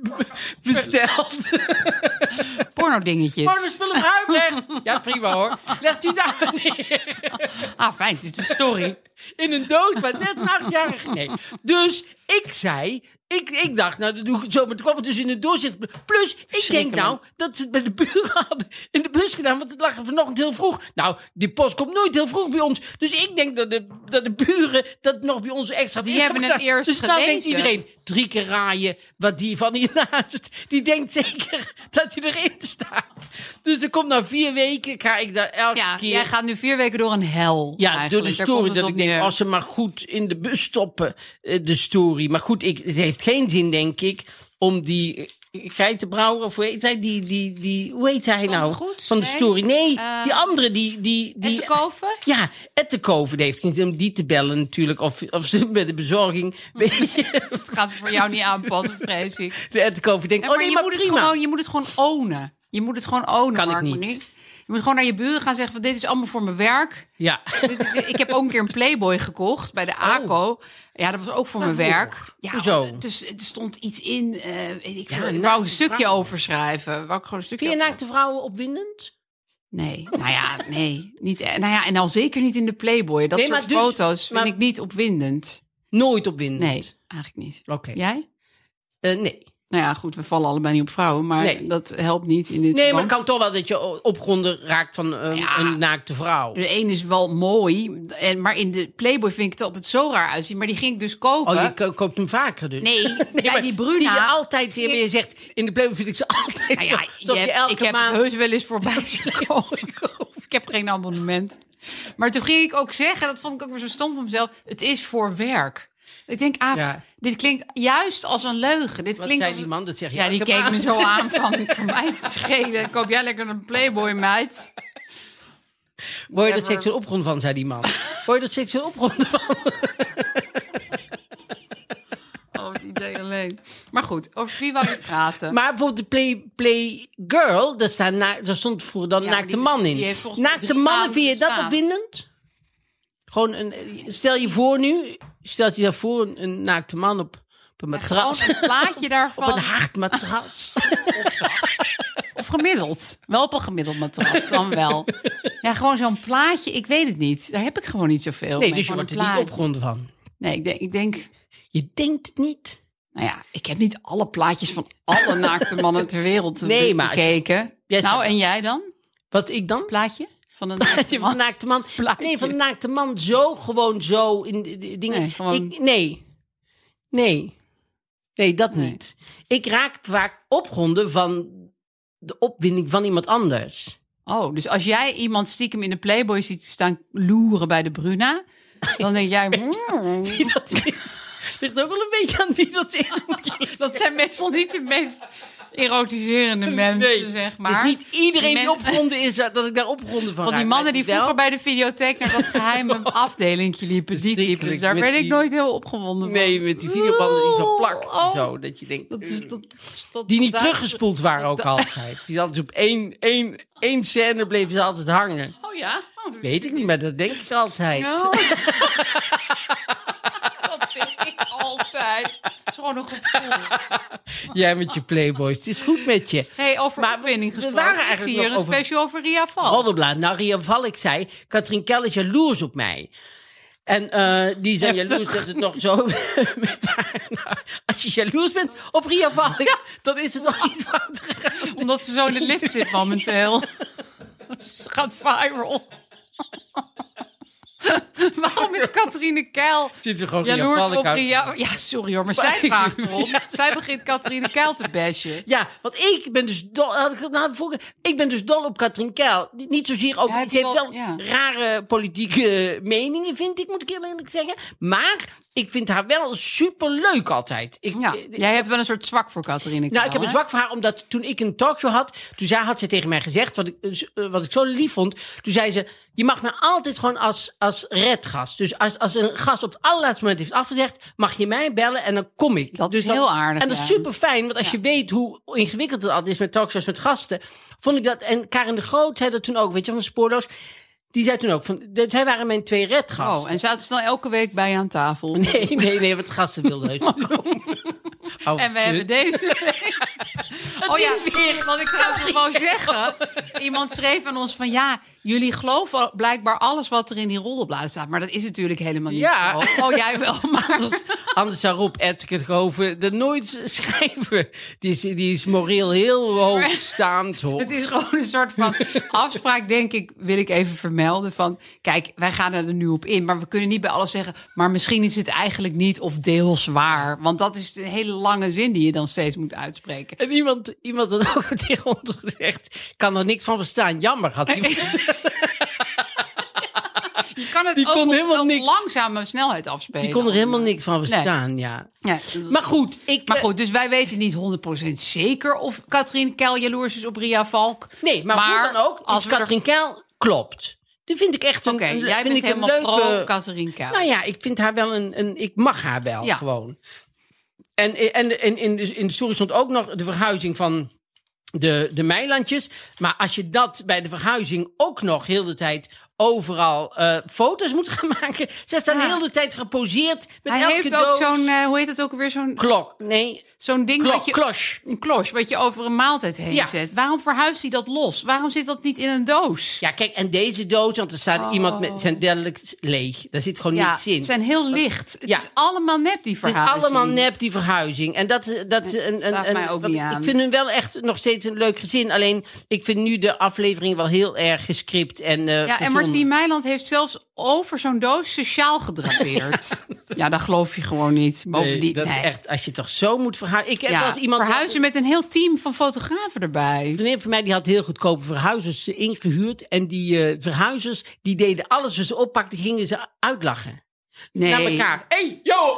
besteld? Pornodingetjes. Pornospullen uitgelegd. Ja, prima hoor. Legt u daar neer. Fijn, het is de Story. In een doos met net een 8-jarige. Nee. Dus ik zei... Ik dacht, nou, dat doe ik het zo. Maar toen kwam het dus in de doos. Plus, ik denk nou dat ze het bij de buren hadden in de bus gedaan. Want het lag er vanochtend heel vroeg. Nou, die post komt nooit heel vroeg bij ons. Dus ik denk dat de buren dat nog bij ons extra... Die hebben het eerst dus gelezen. Nou denkt iedereen, 3 keer raaien wat die van hiernaast... Die denkt zeker dat hij erin staat. Dus er komt nou 4 weken, ga ik daar elke keer... Jij gaat nu 4 weken door een hel. Ja, eigenlijk. door de Story. Dat ik denk, als ze maar goed in de bus stoppen, de Story. Maar goed, het heeft geen zin, denk ik, om die geitenbrouwer, of hoe heet hij? Hoe heet hij nou? Goed, van de Story. Nee, die andere, Ettenkoven? Ja, Ettenkoven. Die heeft niet om die te bellen natuurlijk. Of ze met de bezorging. Weet je. Dat gaat ze voor jou niet aanpassen, vrees ik. De Ettenkoven denkt, maar je moet het gewoon ownen. Je moet het gewoon ownen. Kan ik niet. Je moet gewoon naar je buren gaan zeggen van dit is allemaal voor mijn werk. Ja. Ik heb ook een keer een Playboy gekocht bij de ACO. Ja, dat was ook voor mijn werk. Ja, hoezo? Er stond iets in. Ik wou een stukje overschrijven. Vind je naakte vrouwen opwindend? Nee, nee. Niet, en al zeker niet in de Playboy. Dat soort foto's vind ik niet opwindend. Nooit opwindend? Nee, eigenlijk niet. Oké. Jij? Nee. Nou ja, goed, we vallen allebei niet op vrouwen, maar dat helpt niet in dit Nee, verband. maar het kan toch wel dat je opgronden raakt van een naakte vrouw. De een is wel mooi, maar in de Playboy vind ik het altijd zo raar uitzien. Maar die ging ik dus kopen. Oh, je koopt hem vaker dus? Nee, bij die Bruna. Die je altijd, je zegt, in de Playboy vind ik ze altijd ik heb heus wel eens voorbij zien komen. Ik heb geen abonnement. Maar toen ging ik ook zeggen, dat vond ik ook weer zo stom van mezelf, het is voor werk. Ik denk, dit klinkt juist als een leugen. Wat zei die man? Dat zeg je. Ja, die keek me zo aan van mij te schelen. Koop jij lekker een Playboy, meid? Word je dat seksueel opgewonden van, zei die man. Word je dat seksueel opgewonden van? Het idee alleen. Maar goed, over wie wou je praten? Maar bijvoorbeeld de Playgirl, daar stond vroeger dan naakte man in. Naakte mannen, vind je dat opwindend? Gewoon stel je voor nu... Stelt je daarvoor een naakte man op een matras. Een plaatje daarvan. Op een hard matras. Of gemiddeld. Wel op een gemiddeld matras, dan wel. Ja, gewoon zo'n plaatje, ik weet het niet. Daar heb ik gewoon niet zoveel mee. Nee, dus je wordt er niet opgewonden van. Nee, ik denk... Je denkt het niet? Nou ja, ik heb niet alle plaatjes van alle naakte mannen ter wereld bekeken. En jij dan? Wat ik dan? Plaatje? Van een naakte man. Nee, van een naakte man gewoon zo in de dingen. Nee, dat niet. Ik raak vaak opgewonden van de opwinding van iemand anders. Oh, dus als jij iemand stiekem in de Playboy ziet staan loeren bij de Bruna, dan denk jij... Wie dat is. Ligt ook wel een beetje aan wie dat is. Dat zijn meestal niet de meest erotiserende mensen, zeg maar. Dus niet iedereen die opgewonden is, dat ik daar opgewonden van raak. Want die mannen die vroeger bij de videotheek naar dat geheime afdelingje liepen, dus daar ben ik nooit heel opgewonden van. Nee, met die videobanden die zo plakt en zo, dat je denkt... die niet teruggespoeld waren ook altijd. Die altijd op één scène bleven ze altijd hangen. Oh ja? Weet ik niet, maar dat denk ik altijd. No. Dat denk ik altijd. Het is gewoon een gevoel. Jij met je Playboys. Het is goed met je. Hey, over opwinding gesproken. We waren eigenlijk hier een special over Ria Valk. Roddelblad. Nou, Ria Valk zei... Katrien Keller is jaloers op mij. En die zijn jaloers dat het nog zo... met haar, nou, als je jaloers bent op Ria Valk... dan is het nog iets fout gegaan. Omdat ze zo in de lift zit momenteel. Ze gaat viral. Waarom is Catharine Keil Zitten we gewoon jaloers op Ria? Ja, sorry hoor, maar zij vraagt erom. Ja. Zij begint Catharine Keil te bashen. Ja, want ik ben dus dol. Ik ben dus dol op Catharine Keil. Niet zozeer over. Ze heeft wel rare politieke meningen, vind ik, moet ik eerlijk zeggen. Maar ik vind haar wel superleuk altijd. Jij hebt wel een soort zwak voor Catharine Keil. Nou, ik heb een zwak voor haar, omdat toen ik een talkshow had, had ze tegen mij gezegd, wat ik zo lief vond. Toen zei ze, je mag me altijd gewoon als redgast. Dus als een gast op het allerlaatste moment heeft afgezegd, mag je mij bellen en dan kom ik. Dat is heel aardig. En dat is super fijn, want als je weet hoe ingewikkeld het altijd is met talkshows met gasten, vond ik dat. En Karin de Groot zei dat toen ook, weet je, van Spoorloos. Die zei toen ook, zij waren mijn 2 redgasten. Oh, en zaten ze dan elke week bij je aan tafel? Nee, want gasten wilden heus niet komen. En we hebben deze week... wat ik trouwens nog wou zeggen. Iemand schreef aan ons van, jullie geloven blijkbaar alles wat er in die roddelbladen staat. Maar dat is natuurlijk helemaal niet zo. Oh, jij wel, maar... Anders zou Rob Ettenkoven er nooit schrijven. Die is moreel heel hoogstaand. Het is gewoon een soort van afspraak, denk ik, wil ik even vermelden. Van, kijk, wij gaan er nu op in, maar we kunnen niet bij alles zeggen, maar misschien is het eigenlijk niet of deels waar. Want dat is een hele lange zin die je dan steeds moet uitspreken. En iemand had ook tegen ons gezegd, ik kan er niks van verstaan. Jammer, had hij. Je kan het ook op langzame snelheid afspelen. Die kon er helemaal niks van verstaan, ja. Maar goed, dus wij weten niet 100% zeker of Catharine Keil jaloers is op Ria Valk. Nee, maar hoe dan ook, als Catharine Keil klopt. Die vind ik echt een leuke... jij bent helemaal pro Catharine Keil. Nou ja, ik vind haar wel ik mag haar wel gewoon. En in de story stond ook nog de verhuizing van de Meilandjes. Maar als je dat bij de verhuizing ook nog heel de tijd overal foto's moet gaan maken. Ze staan de hele tijd geposeerd met hij elke heeft doos. Ook zo'n, hoe heet het ook weer? Zo'n klok. Nee. Zo'n ding Een kloche wat je over een maaltijd heen zet. Waarom verhuist hij dat los? Waarom zit dat niet in een doos? Ja, kijk, en deze doos, want er staat iemand met zijn derdelijk leeg. Daar zit gewoon niks in. Ze zijn heel licht. Het is allemaal nep, die verhuizing. Het is allemaal nep, die verhuizing. En dat staat mij ook niet aan. Ik vind hun wel echt nog steeds een leuk gezin. Alleen, ik vind nu de aflevering wel heel erg gescript en en Martien Meiland heeft zelfs over zo'n doos sociaal gedrapeerd. Ja, dat geloof je gewoon niet. Echt, als je toch zo moet verhuizen. Verhuizen met een heel team van fotografen erbij. Een vriend van mij die had heel goedkope verhuizers ingehuurd. En die verhuizers die deden alles wat ze oppakten, gingen ze uitlachen. Nee. Naar elkaar. Hey, yo!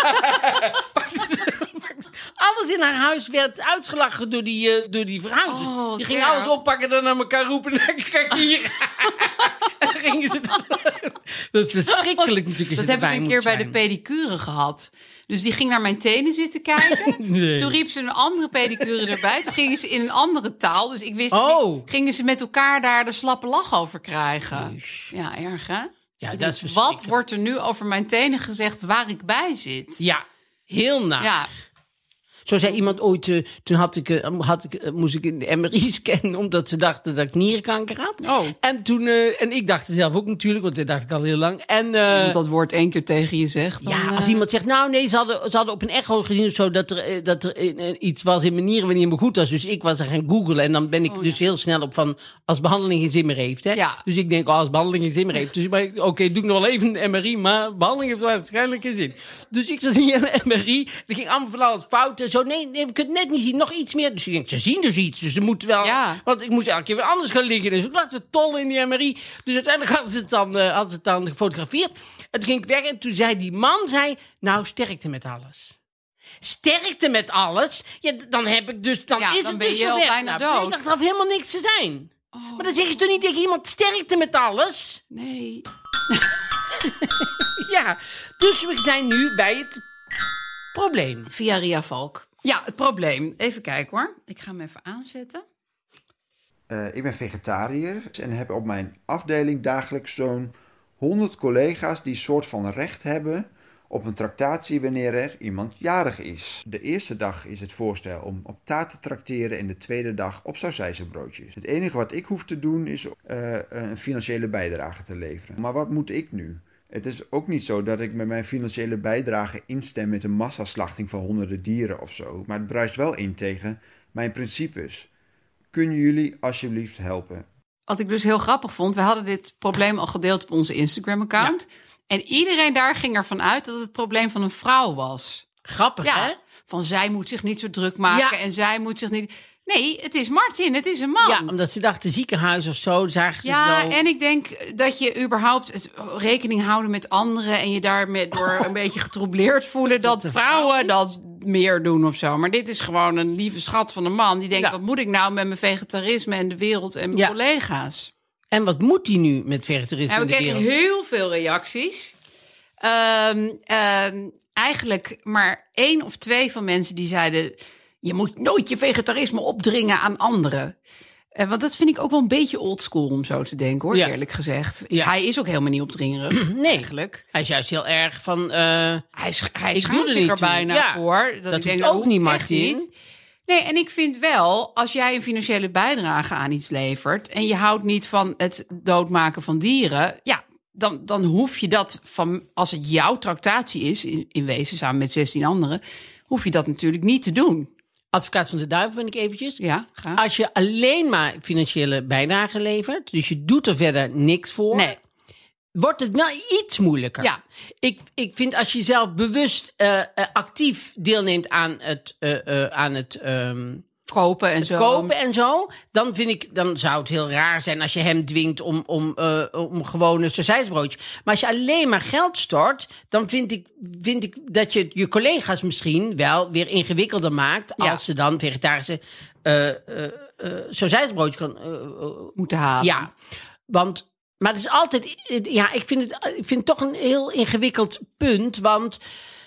Alles in haar huis werd uitgelachen door die verhuizers. Die gingen alles oppakken en dan naar elkaar roepen. Kijk hier. En dan gingen ze dat is verschrikkelijk natuurlijk. Dat heb ik een keer bij de pedicure gehad. Dus die ging naar mijn tenen zitten kijken. Nee. Toen riep ze een andere pedicure erbij. Toen gingen ze in een andere taal. Dus ik wist gingen ze met elkaar daar de slappe lach over krijgen. Ush. Ja, erg hè? Ja, dat is wat wordt er nu over mijn tenen gezegd waar ik bij zit? Ja, heel naar. Ja. Zo zei iemand ooit, toen moest ik een MRI scannen, omdat ze dachten dat ik nierkanker had. Oh. En ik dacht het zelf ook natuurlijk, want dat dacht ik al heel lang. En, als dat woord 1 keer tegen je zegt. Dan, ja, als iemand zegt, nou nee, ze hadden op een echo gezien of zo dat er iets was in mijn nieren wanneer me goed was. Dus ik was er gaan googlen en dan ben ik heel snel op van, als behandeling geen zin meer heeft. Hè? Ja. Dus ik denk, als behandeling geen zin meer heeft. Dus oké, doe ik nog wel even een MRI, maar behandeling heeft waarschijnlijk geen zin. Dus ik zat in een MRI, er ging allemaal van alles fout en zo. Nee, we kunnen het net niet zien. Nog iets meer. Dus ik denk, ze zien dus iets. Dus ze moeten wel... Ja. Want ik moest elke keer weer anders gaan liggen. Dus ik lag te tol in die MRI. Dus uiteindelijk hadden ze het dan gefotografeerd. En toen ging ik weg. En toen zei die man, nou, sterkte met alles. Sterkte met alles? Ja, dan heb ik dus... Dan is het dus zo weg. Nou, ik dacht, dat hoeft helemaal niks te zijn. Oh. Maar dan zeg je toch niet tegen iemand, sterkte met alles? Nee. Ja, dus we zijn nu bij het probleem. Via Ria Valk. Ja, het probleem. Even kijken hoor. Ik ga hem even aanzetten. Ik ben vegetariër en heb op mijn afdeling dagelijks zo'n 100 collega's die soort van recht hebben op een tractatie wanneer er iemand jarig is. De eerste dag is het voorstel om op taart te trakteren en de tweede dag op sausijzenbroodjes. Het enige wat ik hoef te doen is een financiële bijdrage te leveren. Maar wat moet ik nu? Het is ook niet zo dat ik met mijn financiële bijdrage instem met een massaslachting van honderden dieren of zo. Maar het bruist wel in tegen mijn principes. Kunnen jullie alsjeblieft helpen? wat ik dus heel grappig vond. We hadden dit probleem al gedeeld op onze Instagram-account. Ja. En iedereen daar ging ervan uit dat het probleem van een vrouw was. Grappig, hè? Van zij moet zich niet zo druk maken en zij moet zich niet... Nee, het is Martin, het is een man. Ja, omdat ze dachten ziekenhuis of zo, zagen ze zo. En ik denk dat je überhaupt het rekening houden met anderen... en je daarmee door een beetje getroubleerd voelen... dat vrouwen dat meer doen of zo. Maar dit is gewoon een lieve schat van een man... die denkt, wat moet ik nou met mijn vegetarisme en de wereld en mijn collega's? En wat moet hij nu met vegetarisme en de wereld? We kregen heel veel reacties. Eigenlijk maar 1 of 2 van mensen die zeiden... je moet nooit je vegetarisme opdringen aan anderen. Want dat vind ik ook wel een beetje oldschool om zo te denken, hoor, eerlijk gezegd. Ja. Hij is ook helemaal niet opdringerig, eigenlijk. Hij is juist heel erg van... Hij schaamt zich er bijna voor. Dat doet ook niet, Martin. Nee, en ik vind wel, als jij een financiële bijdrage aan iets levert... en je houdt niet van het doodmaken van dieren... dan hoef je dat van, als het jouw tractatie is... in wezen samen met 16 anderen... hoef je dat natuurlijk niet te doen. Advocaat van de duivel ben ik eventjes. Ja, graag. Als je alleen maar financiële bijdrage levert... dus je doet er verder niks voor... Nee. Wordt het wel iets moeilijker. Ja. Ik vind als je zelf bewust actief deelneemt aan het kopen en zo. Dan zou het heel raar zijn als je hem dwingt om gewone sausijsbroodjes. Maar als je alleen maar geld stort, dan vind ik dat je collega's misschien wel weer ingewikkelder maakt als ze dan vegetarische sausijsbroodjes kan moeten halen. Ja, maar het is altijd... Ja, ik vind het toch een heel ingewikkeld punt, want...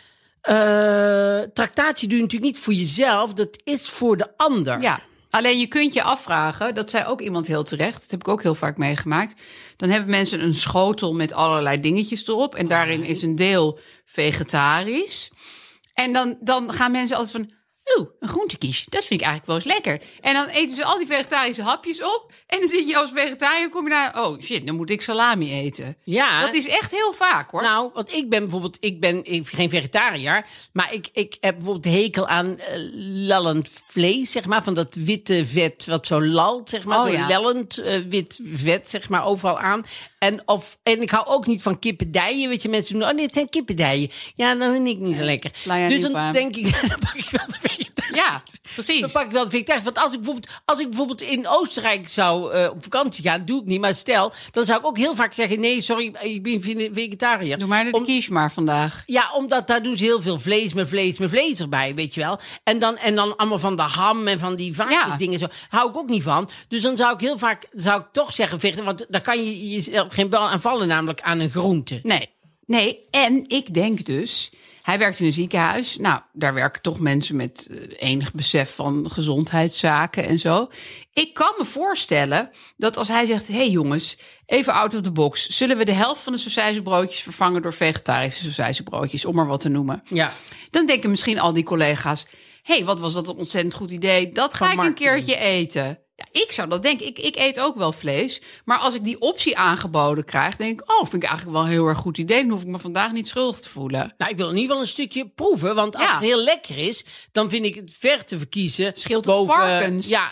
tractatie doe je natuurlijk niet voor jezelf, dat is voor de ander. Ja, alleen je kunt je afvragen, dat zei ook iemand heel terecht, dat heb ik ook heel vaak meegemaakt. Dan hebben mensen een schotel met allerlei dingetjes erop en daarin is een deel vegetarisch. En dan gaan mensen altijd van... een groentekies, dat vind ik eigenlijk wel eens lekker. En dan eten ze al die vegetarische hapjes op. En dan zit je als vegetariër, kom je naar... oh shit, dan moet ik salami eten. Ja. Dat is echt heel vaak, hoor. Nou, want ik ben geen vegetariër... maar ik heb bijvoorbeeld hekel aan lallend vlees, zeg maar... van dat witte vet wat zo lalt, zeg maar. Lallend wit vet, zeg maar, overal aan. En ik hou ook niet van kippendijen. Weet je, mensen doen... oh nee, het zijn kippendijen. Ja, dan vind ik niet zo lekker. Dus dan denk ik... dan pak ik wel de vegetariër. Ja, precies. Dan pak ik wel de vegetariër. Want als ik bijvoorbeeld in Oostenrijk zou op vakantie gaan... doe ik niet, maar stel... dan zou ik ook heel vaak zeggen... nee, sorry, ik ben vegetariër. Doe maar de quiche maar vandaag. Ja, omdat daar doen ze heel veel vlees erbij, weet je wel. En dan allemaal van de ham en van die varkensdingen. Zo. Hou ik ook niet van. Dus dan zou ik heel vaak toch zeggen... want daar kan je jezelf geen bal aan vallen, namelijk aan een groente. Nee, en ik denk dus... Hij werkt in een ziekenhuis. Nou, daar werken toch mensen met enig besef van gezondheidszaken en zo. Ik kan me voorstellen dat als hij zegt... hey jongens, even out of the box. Zullen we de helft van de sausijzenbroodjes vervangen... door vegetarische sausijzenbroodjes, om maar wat te noemen? Ja. Dan denken misschien al die collega's... hey, wat was dat een ontzettend goed idee. Dat ga ik een keertje eten. Ja, ik zou dat denken. Ik eet ook wel vlees. Maar als ik die optie aangeboden krijg, denk ik... vind ik eigenlijk wel een heel erg goed idee. Dan hoef ik me vandaag niet schuldig te voelen. Nou, ik wil in ieder geval een stukje proeven. Want als het heel lekker is, dan vind ik het ver te verkiezen. Scheelt het varkens? Ja,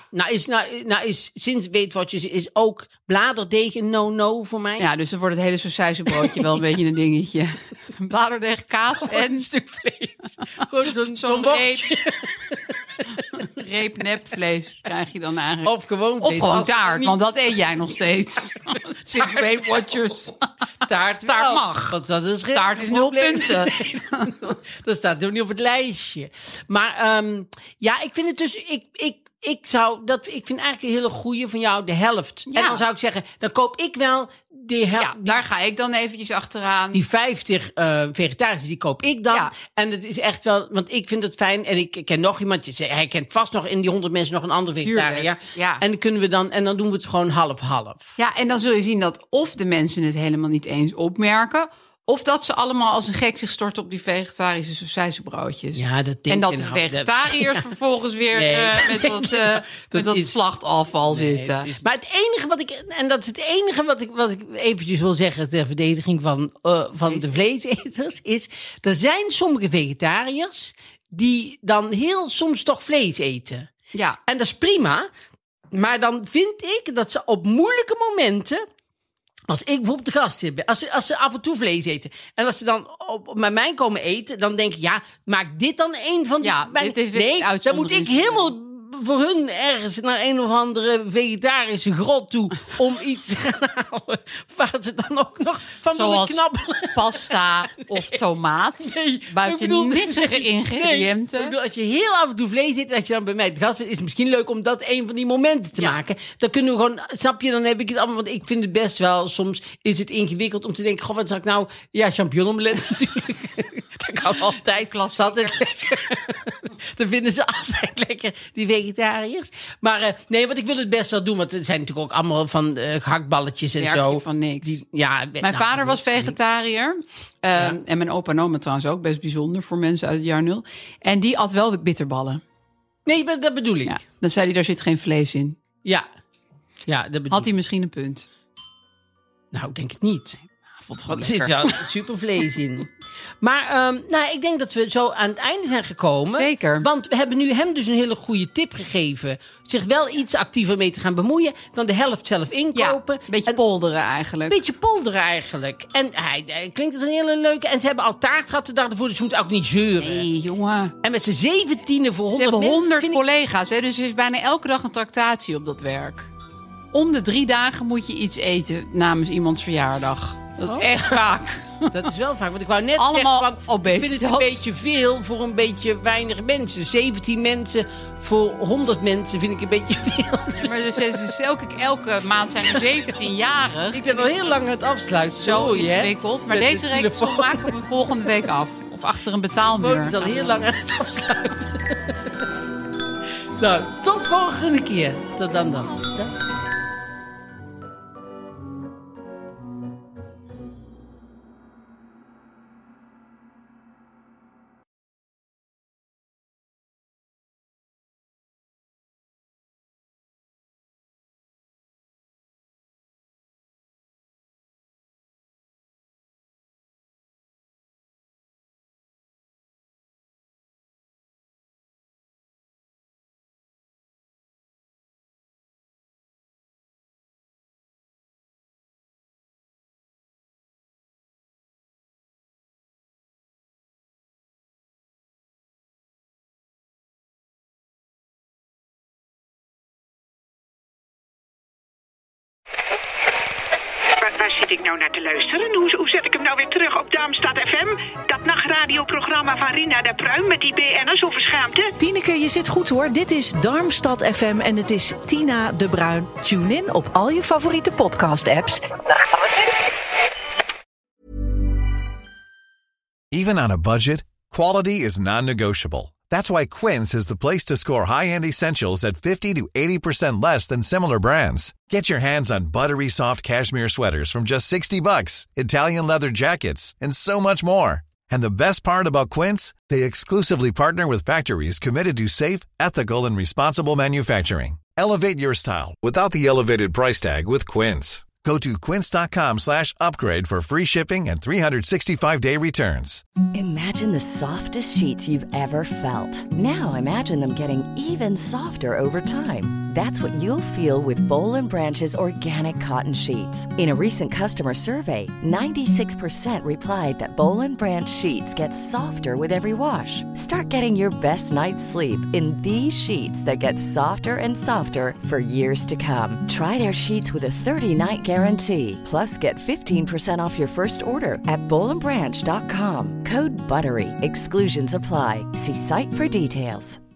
is sinds Weetwatjes is ook bladerdeeg een no-no voor mij. Ja, dus dan wordt het hele sausijzenbroodje wel een beetje een dingetje. Bladerdeeg, kaas en een stuk vlees. Gewoon zo'n reep nepvlees krijg je dan eigenlijk. Of gewoon taart, want dat eet jij nog steeds. Sinds Weight Watchers. Taart mag. Want dat is taart is 0 punten. Dat staat ook niet op het lijstje. Maar ik vind het dus... Ik vind eigenlijk een hele goeie van jou de helft. Ja. En dan zou ik zeggen, dan koop ik wel de helft. Ja, daar ga ik dan eventjes achteraan. Die 50 vegetarische, die koop ik dan. Ja. En het is echt wel, want ik vind het fijn. En ik ken nog iemand, hij kent vast nog in die 100 mensen nog een andere vegetariër. Ja. En dan kunnen we dan doen we het gewoon half-half. Ja, en dan zul je zien dat of de mensen het helemaal niet eens opmerken... of dat ze allemaal als een gek zich storten op die vegetarische sausijzenbroodjes. Ja, dat denk en dat de vegetariërs vervolgens weer met dat slachtafval zitten. Maar het enige wat ik eventjes wil zeggen ter verdediging van de vleeseters is... er zijn sommige vegetariërs die dan heel soms toch vlees eten. Ja. En dat is prima... Maar dan vind ik dat ze op moeilijke momenten... Als ik bijvoorbeeld de gasten ben, als ze af en toe vlees eten... en als ze dan bij mij komen eten... dan denk ik, ja, maak dit dan een van die... Nee, dan moet ik helemaal... voor hun ergens naar een of andere vegetarische grot toe... om iets te gaan halen waar ze dan ook nog van willen knabbelen. Pasta of tomaat. Buiten nissige ingrediënten. Ik bedoel, als je heel af en toe vlees eet... en als je dan bij mij te gast bent... is het misschien leuk om dat een van die momenten te maken. Dan kunnen we gewoon... Snap je, dan heb ik het allemaal... want ik vind het best wel... soms is het ingewikkeld om te denken... goh, wat zal ik nou... Ja, champignonomelet natuurlijk. Dat kan altijd. Klas altijd lekker. Dat vinden ze altijd lekker, die vegetariërs. Maar nee, want ik wil het best wel doen. Want het zijn natuurlijk ook allemaal van gehaktballetjes en zo. Van niks. Mijn vader was vegetariër. En mijn opa en oma trouwens ook. Best bijzonder voor mensen uit het jaar 0. En die at wel bitterballen. Nee, dat bedoel ik. Ja, dan zei hij, daar zit geen vlees in. Ja, dat bedoel ik. Had hij misschien een punt? Nou, denk ik niet. Er zit wel super vlees in. Maar ik denk dat we zo aan het einde zijn gekomen. Zeker. Want we hebben nu hem dus een hele goede tip gegeven. Zich wel iets actiever mee te gaan bemoeien. Dan de helft zelf inkopen. Ja, een beetje polderen eigenlijk. En hij klinkt als een hele leuke. En ze hebben al taart gehad de dag ervoor. Dus je moet ook niet zeuren. Nee, jongen. En met z'n 17 voor 100 mensen. Ze hebben 100 mensen, collega's. Hè, dus er is bijna elke dag een tractatie op dat werk. Om de 3 dagen moet je iets eten namens iemands verjaardag. Dat is echt vaak. Dat is wel vaak. Want ik wou net allemaal zeggen, ik vind het een beetje veel voor een beetje weinig mensen. 17 mensen voor 100 mensen vind ik een beetje veel. Ja, maar dus elke maand zijn er 17 jarig. Ik ben al heel lang aan het afsluiten. Zo ingewikkeld. Maar deze rekensom maken we volgende week af. Of achter een betaalmuur. Ik ben al heel lang aan het afsluiten. Nou, tot volgende keer. Tot dan. Ja? Waar zit ik nou naar te luisteren? Hoe zet ik hem nou weer terug op Darmstad FM? Dat nachtradioprogramma van Rina de Pruim met die BN'ers over schaamte? Tineke, je zit goed hoor. Dit is Darmstad FM en het is Tina de Bruin. Tune in op al je favoriete podcast-apps. Even on a budget, quality is non-negotiable. That's why Quince is the place to score high-end essentials at 50 to 80% less than similar brands. Get your hands on buttery soft cashmere sweaters from just $60, Italian leather jackets, and so much more. And the best part about Quince, they exclusively partner with factories committed to safe, ethical, and responsible manufacturing. Elevate your style without the elevated price tag with Quince. Go to quince.com/upgrade for free shipping and 365-day returns. Imagine the softest sheets you've ever felt. Now imagine them getting even softer over time. That's what you'll feel with Boll & Branch's organic cotton sheets. In a recent customer survey, 96% replied that Boll & Branch sheets get softer with every wash. Start getting your best night's sleep in these sheets that get softer and softer for years to come. Try their sheets with a 30-night guarantee. Plus, get 15% off your first order at bollandbranch.com. Code BUTTERY. Exclusions apply. See site for details.